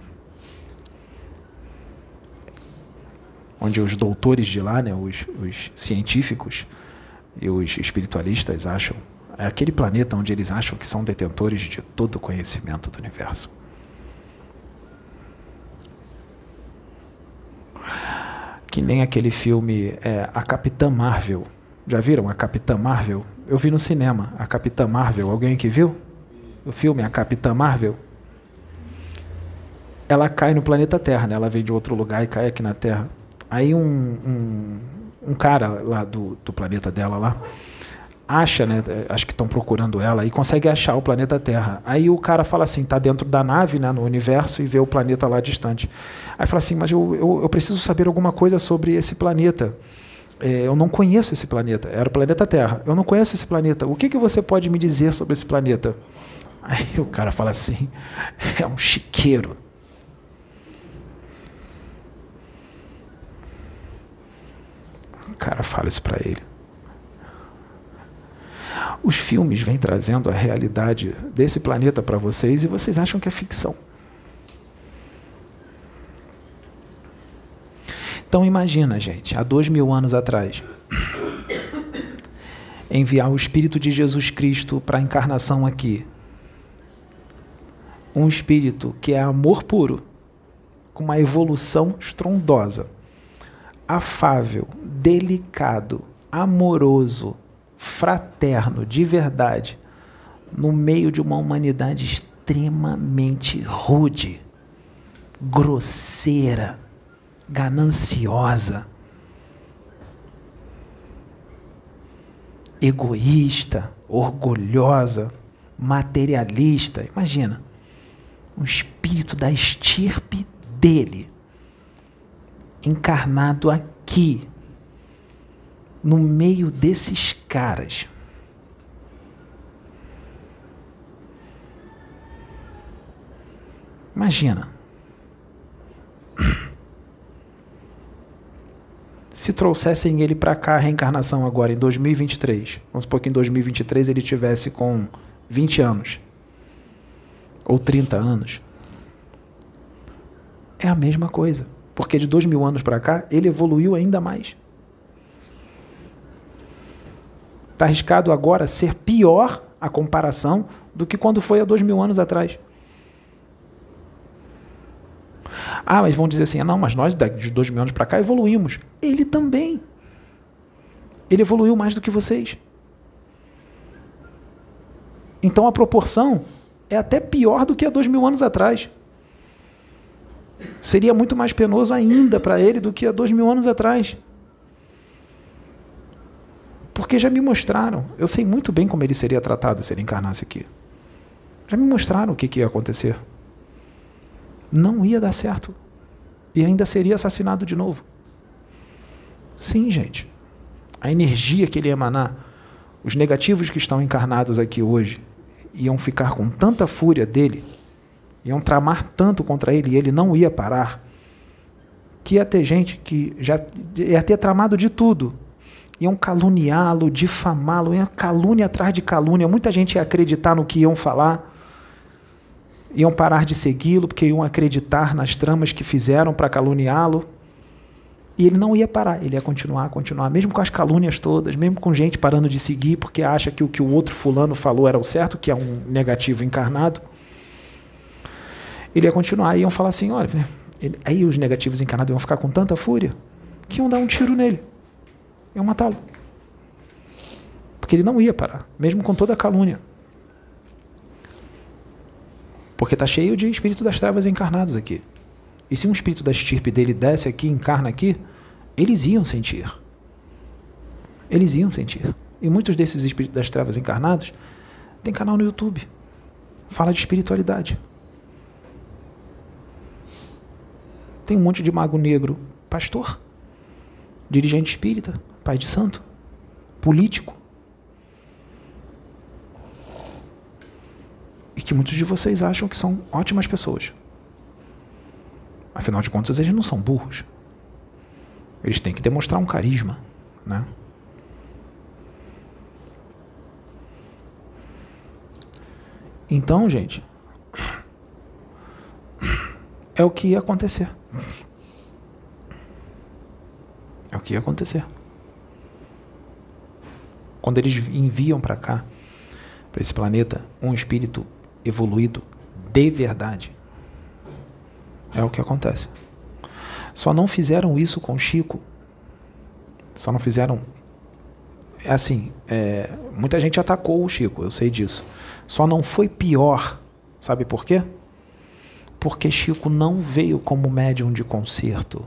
Onde os doutores de lá, né, os, os científicos e os espiritualistas acham. É aquele planeta onde eles acham que são detentores de todo o conhecimento do universo. Que nem aquele filme, é, A Capitã Marvel. Já viram A Capitã Marvel? Eu vi no cinema, A Capitã Marvel. Alguém aqui viu? O filme A Capitã Marvel? Ela cai no planeta Terra, né? Ela vem de outro lugar e cai aqui na Terra. Aí um, um, um cara lá do, do planeta dela lá, acha, né, acho que estão procurando ela, e consegue achar o planeta Terra. Aí o cara fala assim, está dentro da nave, né, no universo, e vê o planeta lá distante. Aí fala assim, mas eu, eu, eu preciso saber alguma coisa sobre esse planeta. É, eu não conheço esse planeta. Era o planeta Terra. Eu não conheço esse planeta. O que, que você pode me dizer sobre esse planeta? Aí o cara fala assim, é um chiqueiro. O cara fala isso para ele. Os filmes vêm trazendo a realidade desse planeta para vocês e vocês acham que é ficção. Então imagina, gente, há dois mil anos atrás, enviar o Espírito de Jesus Cristo para a encarnação aqui. Um Espírito que é amor puro, com uma evolução estrondosa, afável, delicado, amoroso, fraterno, de verdade, no meio de uma humanidade extremamente rude, grosseira, gananciosa. egoísta, orgulhosa, materialista. Imagina, um espírito da estirpe dele, encarnado aqui, no meio desses caras. Imagina. Se trouxessem ele para cá, a reencarnação agora, em dois mil e vinte e três. Vamos supor que em dois mil e vinte e três ele tivesse com vinte anos. Ou trinta anos. É a mesma coisa. Porque de dois mil anos para cá, ele evoluiu ainda mais. Está arriscado agora ser pior a comparação do que quando foi há dois mil anos atrás. Ah, mas vão dizer assim, ah, não, mas nós de dois mil anos para cá evoluímos. Ele também. Ele evoluiu mais do que vocês. Então a proporção é até pior do que há dois mil anos atrás. Seria muito mais penoso ainda para ele do que há dois mil anos atrás. Porque já me mostraram. Eu sei muito bem como ele seria tratado se ele encarnasse aqui. Já me mostraram o que, que ia acontecer. Não ia dar certo. E ainda seria assassinado de novo. Sim, gente. A energia que ele ia emanar, os negativos que estão encarnados aqui hoje, iam ficar com tanta fúria dele, iam tramar tanto contra ele, e ele não ia parar, que ia ter gente que já ia ter tramado de tudo. Iam caluniá-lo, difamá-lo, iam calúnia atrás de calúnia. Muita gente ia acreditar no que iam falar. Iam parar de segui-lo porque iam acreditar nas tramas que fizeram para caluniá-lo. E ele não ia parar, ele ia continuar, continuar, mesmo com as calúnias todas, mesmo com gente parando de seguir porque acha que o que o outro fulano falou era o certo, que é um negativo encarnado. Ele ia continuar e iam falar assim, olha, ele, aí os negativos encarnados iam ficar com tanta fúria que iam dar um tiro nele, iam matá-lo. Porque ele não ia parar, mesmo com toda a calúnia. Porque está cheio de espírito das trevas encarnados aqui. E se um espírito da estirpe dele desce aqui, encarna aqui, eles iam sentir. Eles iam sentir. E muitos desses espíritos das trevas encarnados têm canal no YouTube. Fala de espiritualidade. Tem um monte de mago negro, pastor, dirigente espírita, pai de santo, político. E que muitos de vocês acham que são ótimas pessoas. Afinal de contas, eles não são burros. Eles têm que demonstrar um carisma, né? Então, gente, é o que ia acontecer. É o que ia acontecer. Quando eles enviam para cá, para esse planeta, um espírito evoluído de verdade, é o que acontece. Só não fizeram isso com Chico. Só não fizeram... É assim, é, muita gente atacou o Chico, eu sei disso. Só não foi pior. Sabe por quê? Porque Chico não veio como médium de concerto.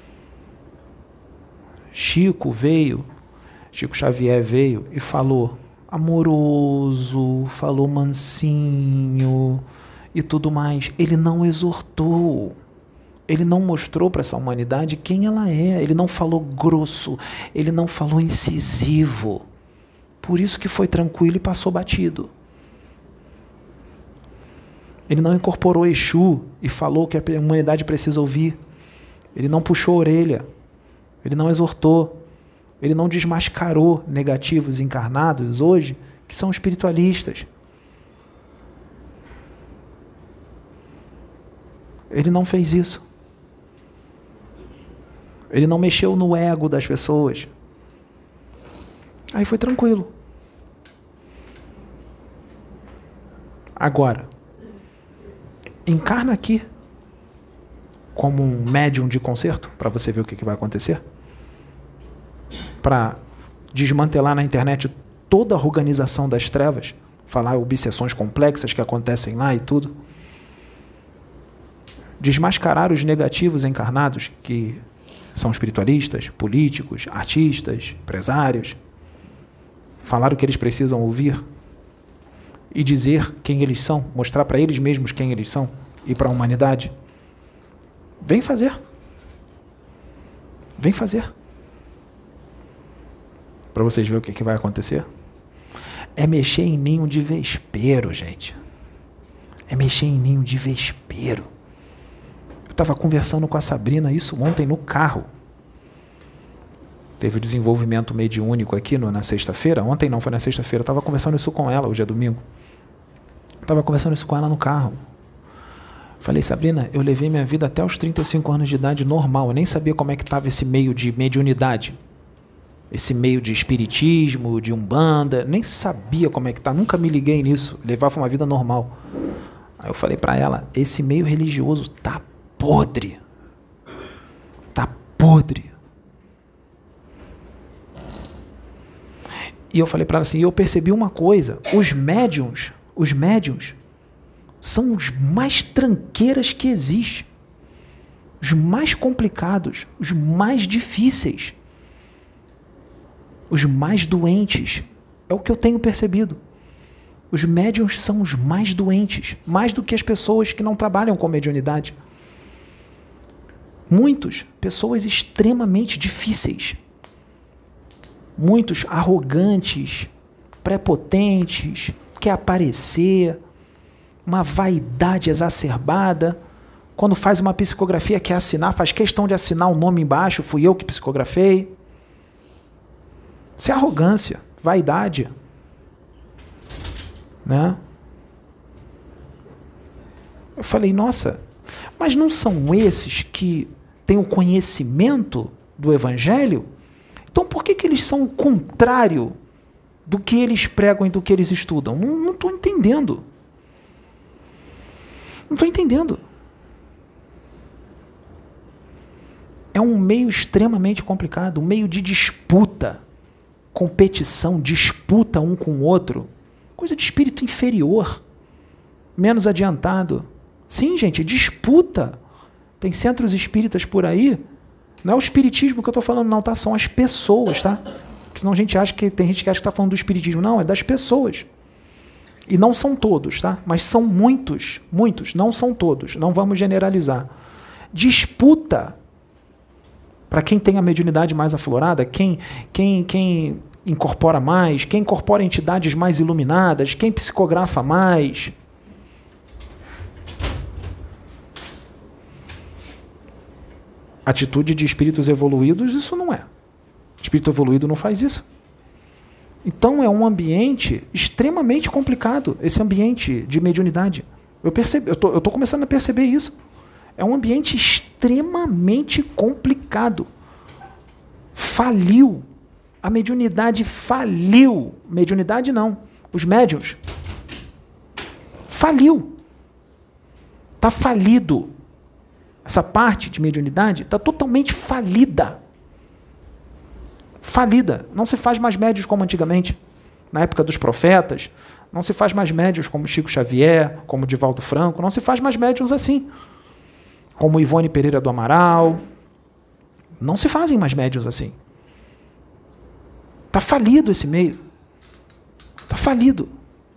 Chico veio, Chico Xavier veio e falou amoroso, falou mansinho e tudo mais. Ele não exortou. Ele não mostrou para essa humanidade quem ela é. Ele não falou grosso. Ele não falou incisivo. Por isso que foi tranquilo e passou batido. Ele não incorporou Exu e falou que a humanidade precisa ouvir. Ele não puxou a orelha. Ele não exortou. Ele não desmascarou negativos encarnados hoje que são espiritualistas. Ele não fez isso. Ele não mexeu no ego das pessoas. Aí foi tranquilo. Agora, encarna aqui como um médium de concerto para você ver o que, que vai acontecer. Para desmantelar na internet toda a organização das trevas, falar obsessões complexas que acontecem lá e tudo. Desmascarar os negativos encarnados que são espiritualistas, políticos, artistas, empresários. falar o que eles precisam ouvir e dizer quem eles são, mostrar para eles mesmos quem eles são e para a humanidade. Vem fazer. Vem fazer. Para vocês verem o que, que vai acontecer. É mexer em ninho de vespeiro, gente. É mexer em ninho de vespeiro. Eu estava conversando com a Sabrina isso ontem no carro. Teve o desenvolvimento mediúnico aqui no, na sexta-feira. Ontem não, foi na sexta-feira. Eu estava conversando isso com ela, hoje é domingo. Estava conversando isso com ela no carro. Falei, Sabrina, eu levei minha vida até os trinta e cinco anos de idade normal. Eu nem sabia como é que estava esse meio de mediunidade. Esse meio de espiritismo, de umbanda. Nem sabia como é que tá. Nunca me liguei nisso. Levava uma vida normal. Aí eu falei para ela, esse meio religioso tá podre. Tá podre. E eu falei para ela assim, eu percebi uma coisa. Os médiuns, os médiuns, são os mais tranqueiras que existem. Os mais complicados, os mais difíceis. Os mais doentes. É o que eu tenho percebido. Os médiuns são os mais doentes, mais do que as pessoas que não trabalham com mediunidade. Muitos, pessoas extremamente difíceis. Muitos arrogantes, prepotentes, quer aparecer, uma vaidade exacerbada. Quando faz uma psicografia, quer assinar, faz questão de assinar o nome embaixo, fui eu que psicografei. Isso é arrogância, vaidade. Né? Eu falei, nossa, mas não são esses que têm o conhecimento do Evangelho? Então por que, que eles são o contrário do que eles pregam e do que eles estudam? Não estou entendendo. Não estou entendendo. É um meio extremamente complicado, um meio de disputa, competição, disputa um com o outro. Coisa de espírito inferior, menos adiantado. Sim, gente, disputa. Tem centros espíritas por aí. Não é o espiritismo que eu estou falando, não, tá? São as pessoas, tá? Porque senão a gente acha que tem gente que acha que está falando do espiritismo. Não, é das pessoas. E não são todos, tá? Mas são muitos, muitos, não são todos. Não vamos generalizar. Disputa. Para quem tem a mediunidade mais aflorada, quem, quem, quem incorpora mais, quem incorpora entidades mais iluminadas, quem psicografa mais. Atitude de espíritos evoluídos, isso não é. Espírito evoluído não faz isso. Então é um ambiente extremamente complicado, esse ambiente de mediunidade. Eu percebo, eu tô, eu tô começando a perceber isso. É um ambiente extremamente complicado. Faliu. A mediunidade faliu. Mediunidade não. Os médiuns. Faliu. Está falido. Essa parte de mediunidade está totalmente falida. Falida. Não se faz mais médios como antigamente. Na época dos profetas. Não se faz mais médios como Chico Xavier, como Divaldo Franco. Não se faz mais médiuns assim. Como Ivone Pereira do Amaral. Não se fazem mais médiuns assim. Está falido esse meio. Está falido.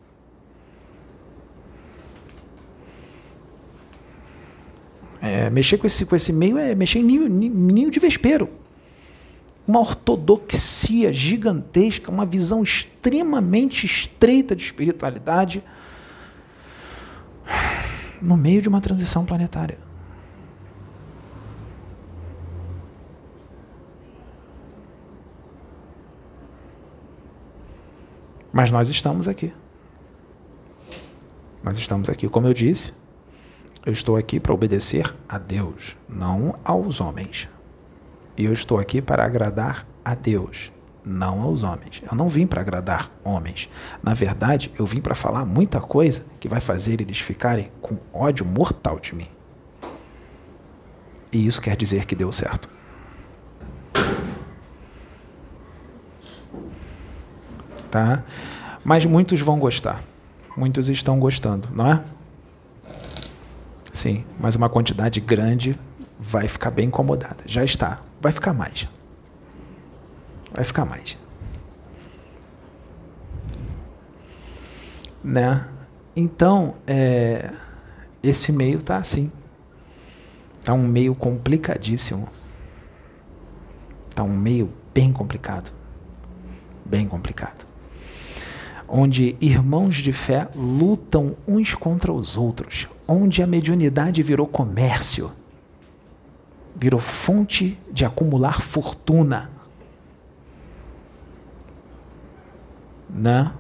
É, mexer com esse, com esse meio é mexer em ninho, ninho de vespeiro. Uma ortodoxia gigantesca, uma visão extremamente estreita de espiritualidade no meio de uma transição planetária. Mas nós estamos aqui. Nós estamos aqui. Como eu disse, eu estou aqui para obedecer a Deus, não aos homens. E eu estou aqui para agradar a Deus, não aos homens. Eu não vim para agradar homens. Na verdade, eu vim para falar muita coisa que vai fazer eles ficarem com ódio mortal de mim. E isso quer dizer que deu certo. Tá? Mas muitos vão gostar. Muitos estão gostando, não é? Sim, mas uma quantidade grande vai ficar bem incomodada. Já está. Vai ficar mais. Vai ficar mais. Né? Então, é, esse meio está assim. Está um meio complicadíssimo. Está um meio bem complicado. Bem complicado. Onde irmãos de fé lutam uns contra os outros. Onde a mediunidade virou comércio. Virou fonte de acumular fortuna. Né?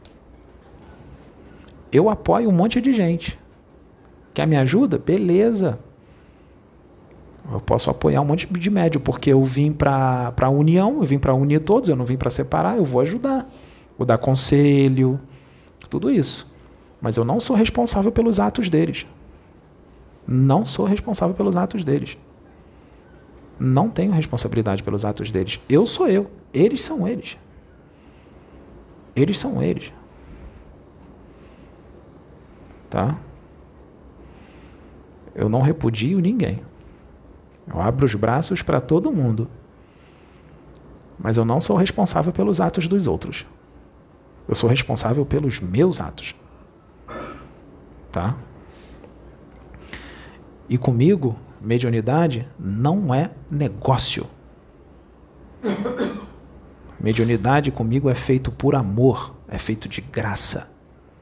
Eu apoio um monte de gente. Quer me ajuda? Beleza. Eu posso apoiar um monte de médium, porque eu vim para a união, eu vim para unir todos, eu não vim para separar, eu vou ajudar. Vou dar conselho, tudo isso. Mas eu não sou responsável pelos atos deles. Não sou responsável pelos atos deles. Não tenho responsabilidade pelos atos deles. Eu sou eu. Eles são eles. Eles são eles. Tá? Eu não repudio ninguém. Eu abro os braços para todo mundo. Mas eu não sou responsável pelos atos dos outros. Eu sou responsável pelos meus atos. Tá? E comigo, mediunidade não é negócio. Mediunidade comigo é feito por amor, é feito de graça.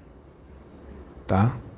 Tá?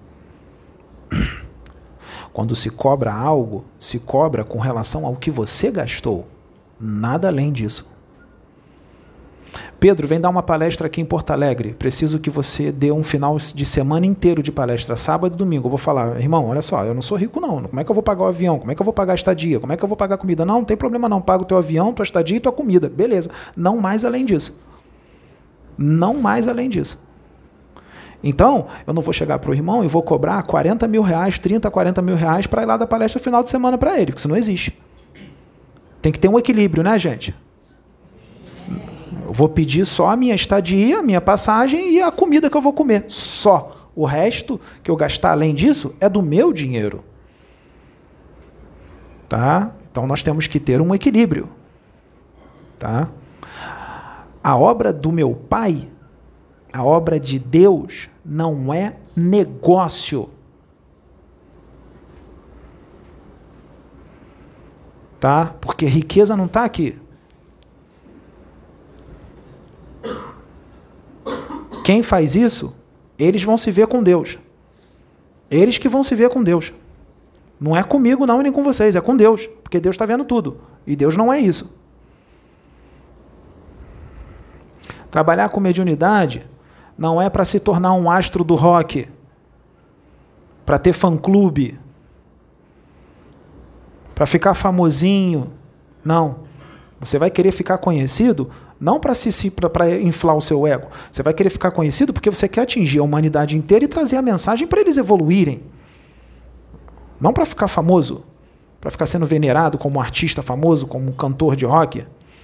Quando se cobra algo, se cobra com relação ao que você gastou. Nada além disso. Pedro, vem dar uma palestra aqui em Porto Alegre. Preciso que você dê um final de semana inteiro de palestra, sábado e domingo. Eu vou falar, irmão, olha só, eu não sou rico não. Como é que eu vou pagar o avião? Como é que eu vou pagar a estadia? Como é que eu vou pagar a comida? Não, não tem problema não. Pago o teu avião, tua estadia e tua comida. Beleza. Não mais além disso. Não mais além disso. Então, eu não vou chegar para o irmão e vou cobrar quarenta mil reais, trinta, quarenta mil reais para ir lá dar palestra no final de semana para ele, porque isso não existe. Tem que ter um equilíbrio, né, gente? Eu vou pedir só a minha estadia, a minha passagem e a comida que eu vou comer. Só. O resto que eu gastar além disso é do meu dinheiro. Tá? Então, nós temos que ter um equilíbrio. Tá? A obra do meu pai... A obra de Deus não é negócio. Tá? Porque riqueza não está aqui. Quem faz isso, eles vão se ver com Deus. Eles que vão se ver com Deus. Não é comigo não e nem com vocês, é com Deus. Porque Deus está vendo tudo. E Deus não é isso. Trabalhar com mediunidade não é para se tornar um astro do rock, para ter fã-clube, para ficar famosinho. Não. Você vai querer ficar conhecido não para se, para inflar o seu ego. Você vai querer ficar conhecido porque você quer atingir a humanidade inteira e trazer a mensagem para eles evoluírem. Não para ficar famoso, para ficar sendo venerado como um artista famoso, como um cantor de rock.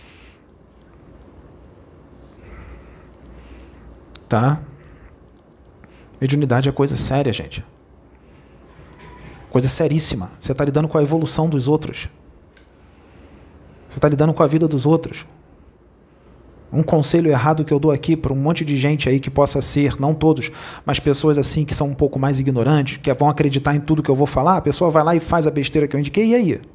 Tá? Mediunidade é coisa séria, gente. Coisa seríssima. Você está lidando com a evolução dos outros. Você está lidando com a vida dos outros. Um conselho errado que eu dou aqui para um monte de gente aí que possa ser, não todos, mas pessoas assim que são um pouco mais ignorantes, que vão acreditar em tudo que eu vou falar, a pessoa vai lá e faz a besteira que eu indiquei, e aí?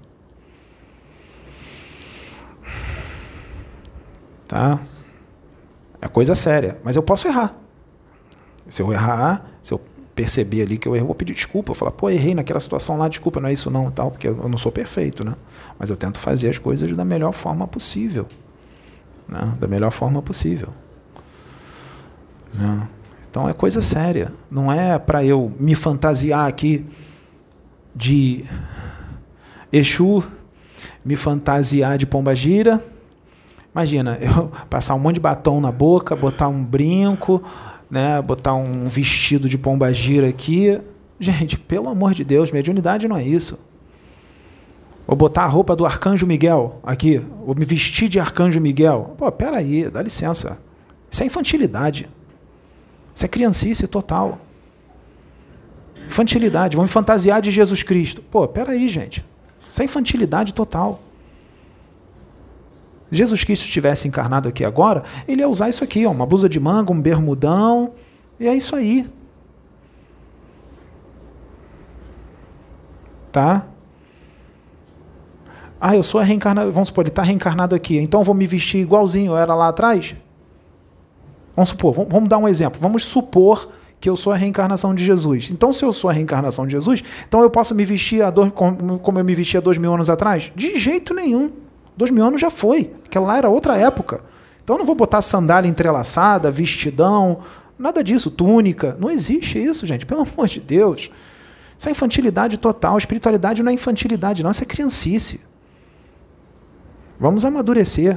Tá? É coisa séria, mas eu posso errar. Se eu errar, se eu perceber ali que eu erro, eu vou pedir desculpa. Eu falar, pô, errei naquela situação lá, desculpa, não é isso não, tal, porque eu não sou perfeito, né? Mas eu tento fazer as coisas da melhor forma possível. Né? Da melhor forma possível. Né? Então é coisa séria. Não é para eu me fantasiar aqui de Exu, me fantasiar de Pombagira. Imagina, eu passar um monte de batom na boca, botar um brinco, né, botar um vestido de pombagira aqui. Gente, pelo amor de Deus, mediunidade não é isso. Ou botar a roupa do Arcanjo Miguel aqui, ou me vestir de Arcanjo Miguel. Pô, peraí, dá licença. Isso é infantilidade. Isso é criancice total. Infantilidade, vão me fantasiar de Jesus Cristo. Pô, peraí, gente. Isso é infantilidade total. Jesus Cristo estivesse encarnado aqui agora, ele ia usar isso aqui, ó, uma blusa de manga, um bermudão, E é isso aí. Tá? Ah, eu sou a reencarnação. Vamos supor, ele está reencarnado aqui. Então eu vou me vestir igualzinho eu era lá atrás? Vamos supor, vamos dar um exemplo. Vamos supor que eu sou a reencarnação de Jesus. Então, se eu sou a reencarnação de Jesus, então eu posso me vestir a dois, como eu me vestia dois mil anos atrás? De jeito nenhum. Dois mil anos já foi. Aquela lá era outra época. Então eu não vou botar sandália entrelaçada, vestidão, nada disso, túnica. Não existe isso, gente. Pelo amor de Deus. Isso é infantilidade total. Espiritualidade não é infantilidade, não. Isso é criancice. Vamos amadurecer.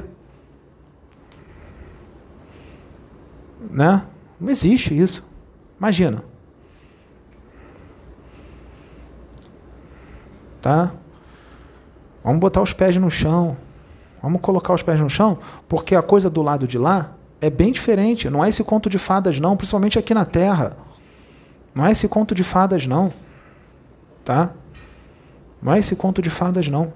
Né? Não existe isso. Imagina. Tá? Vamos botar os pés no chão. Vamos colocar os pés no chão, porque a coisa do lado de lá é bem diferente. Não é esse conto de fadas, não. Principalmente aqui na Terra. Não é esse conto de fadas, não. Tá? Não é esse conto de fadas, não.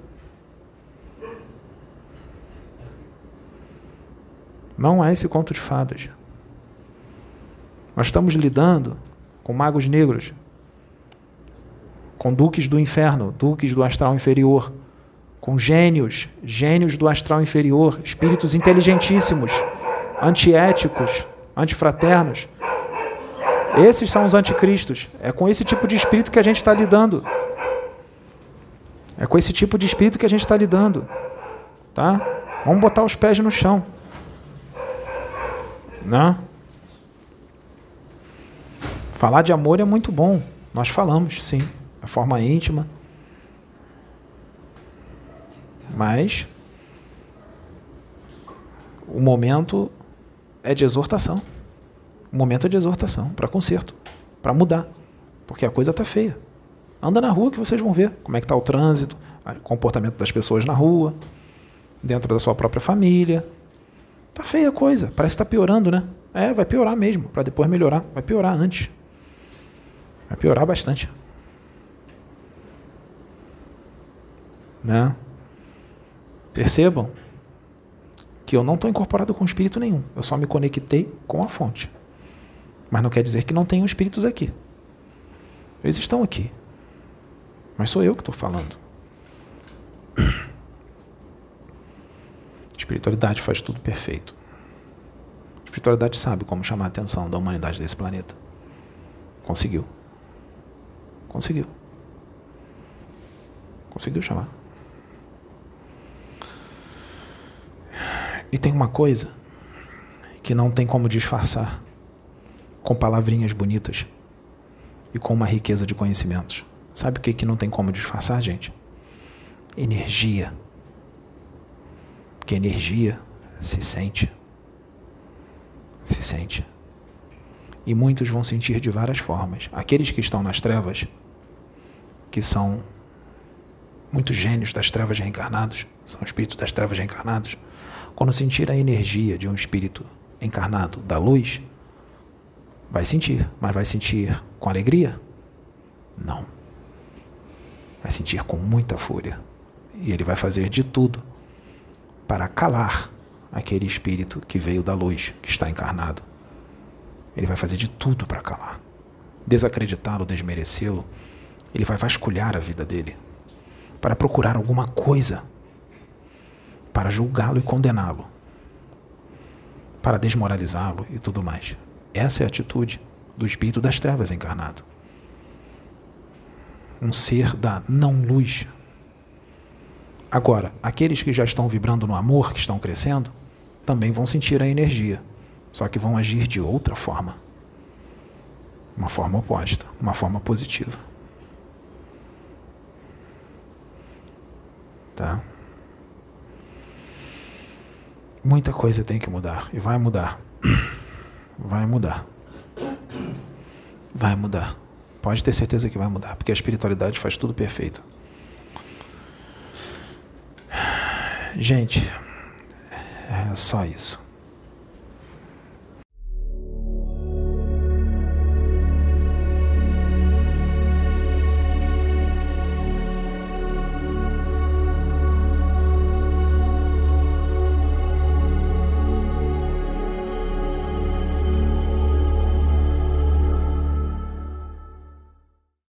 Não é esse conto de fadas. Nós estamos lidando com magos negros, com duques do inferno, duques do astral inferior, com gênios, gênios do astral inferior, espíritos inteligentíssimos, antiéticos, antifraternos. Esses são os anticristos. É com esse tipo de espírito que a gente está lidando. É com esse tipo de espírito que a gente está lidando. Tá? Vamos botar os pés no chão. Não? Falar de amor é muito bom. Nós falamos, sim. De forma íntima. Mas o momento é de exortação. O momento é de exortação, para conserto, para mudar. Porque a coisa está feia. Anda na rua que vocês vão ver como é que está o trânsito, o comportamento das pessoas na rua, dentro da sua própria família. Está feia a coisa. Parece que está piorando, né? É, vai piorar mesmo, para depois melhorar. Vai piorar antes. Vai piorar bastante. Né? Percebam que eu não estou incorporado com espírito nenhum. Eu só me conectei com a fonte. Mas não quer dizer que não tenham espíritos aqui. Eles estão aqui. Mas sou eu que estou falando. Espiritualidade faz tudo perfeito. Espiritualidade sabe como chamar a atenção da humanidade desse planeta. Conseguiu. Conseguiu. Conseguiu chamar. E tem uma coisa que não tem como disfarçar com palavrinhas bonitas e com uma riqueza de conhecimentos. Sabe o que, que não tem como disfarçar, gente? Energia. Porque energia se sente. Se sente. E muitos vão sentir de várias formas. Aqueles que estão nas trevas, que são muitos gênios das trevas reencarnados, são espíritos das trevas reencarnados, quando sentir a energia de um espírito encarnado da luz, vai sentir, mas vai sentir com alegria? Não. Vai sentir com muita fúria. E ele vai fazer de tudo para calar aquele espírito que veio da luz, que está encarnado. Ele vai fazer de tudo para calar. Desacreditá-lo, desmerecê-lo. Ele vai vasculhar a vida dele para procurar alguma coisa para julgá-lo e condená-lo, para desmoralizá-lo e tudo mais. Essa é a atitude do espírito das trevas encarnado. Um ser da não-luz. Agora, aqueles que já estão vibrando no amor, que estão crescendo, também vão sentir a energia, só que vão agir de outra forma. Uma forma oposta, uma forma positiva. Tá? Muita coisa tem que mudar, e vai mudar. Vai mudar. Vai mudar. Pode ter certeza que vai mudar, porque a espiritualidade faz tudo perfeito. Gente, é só isso.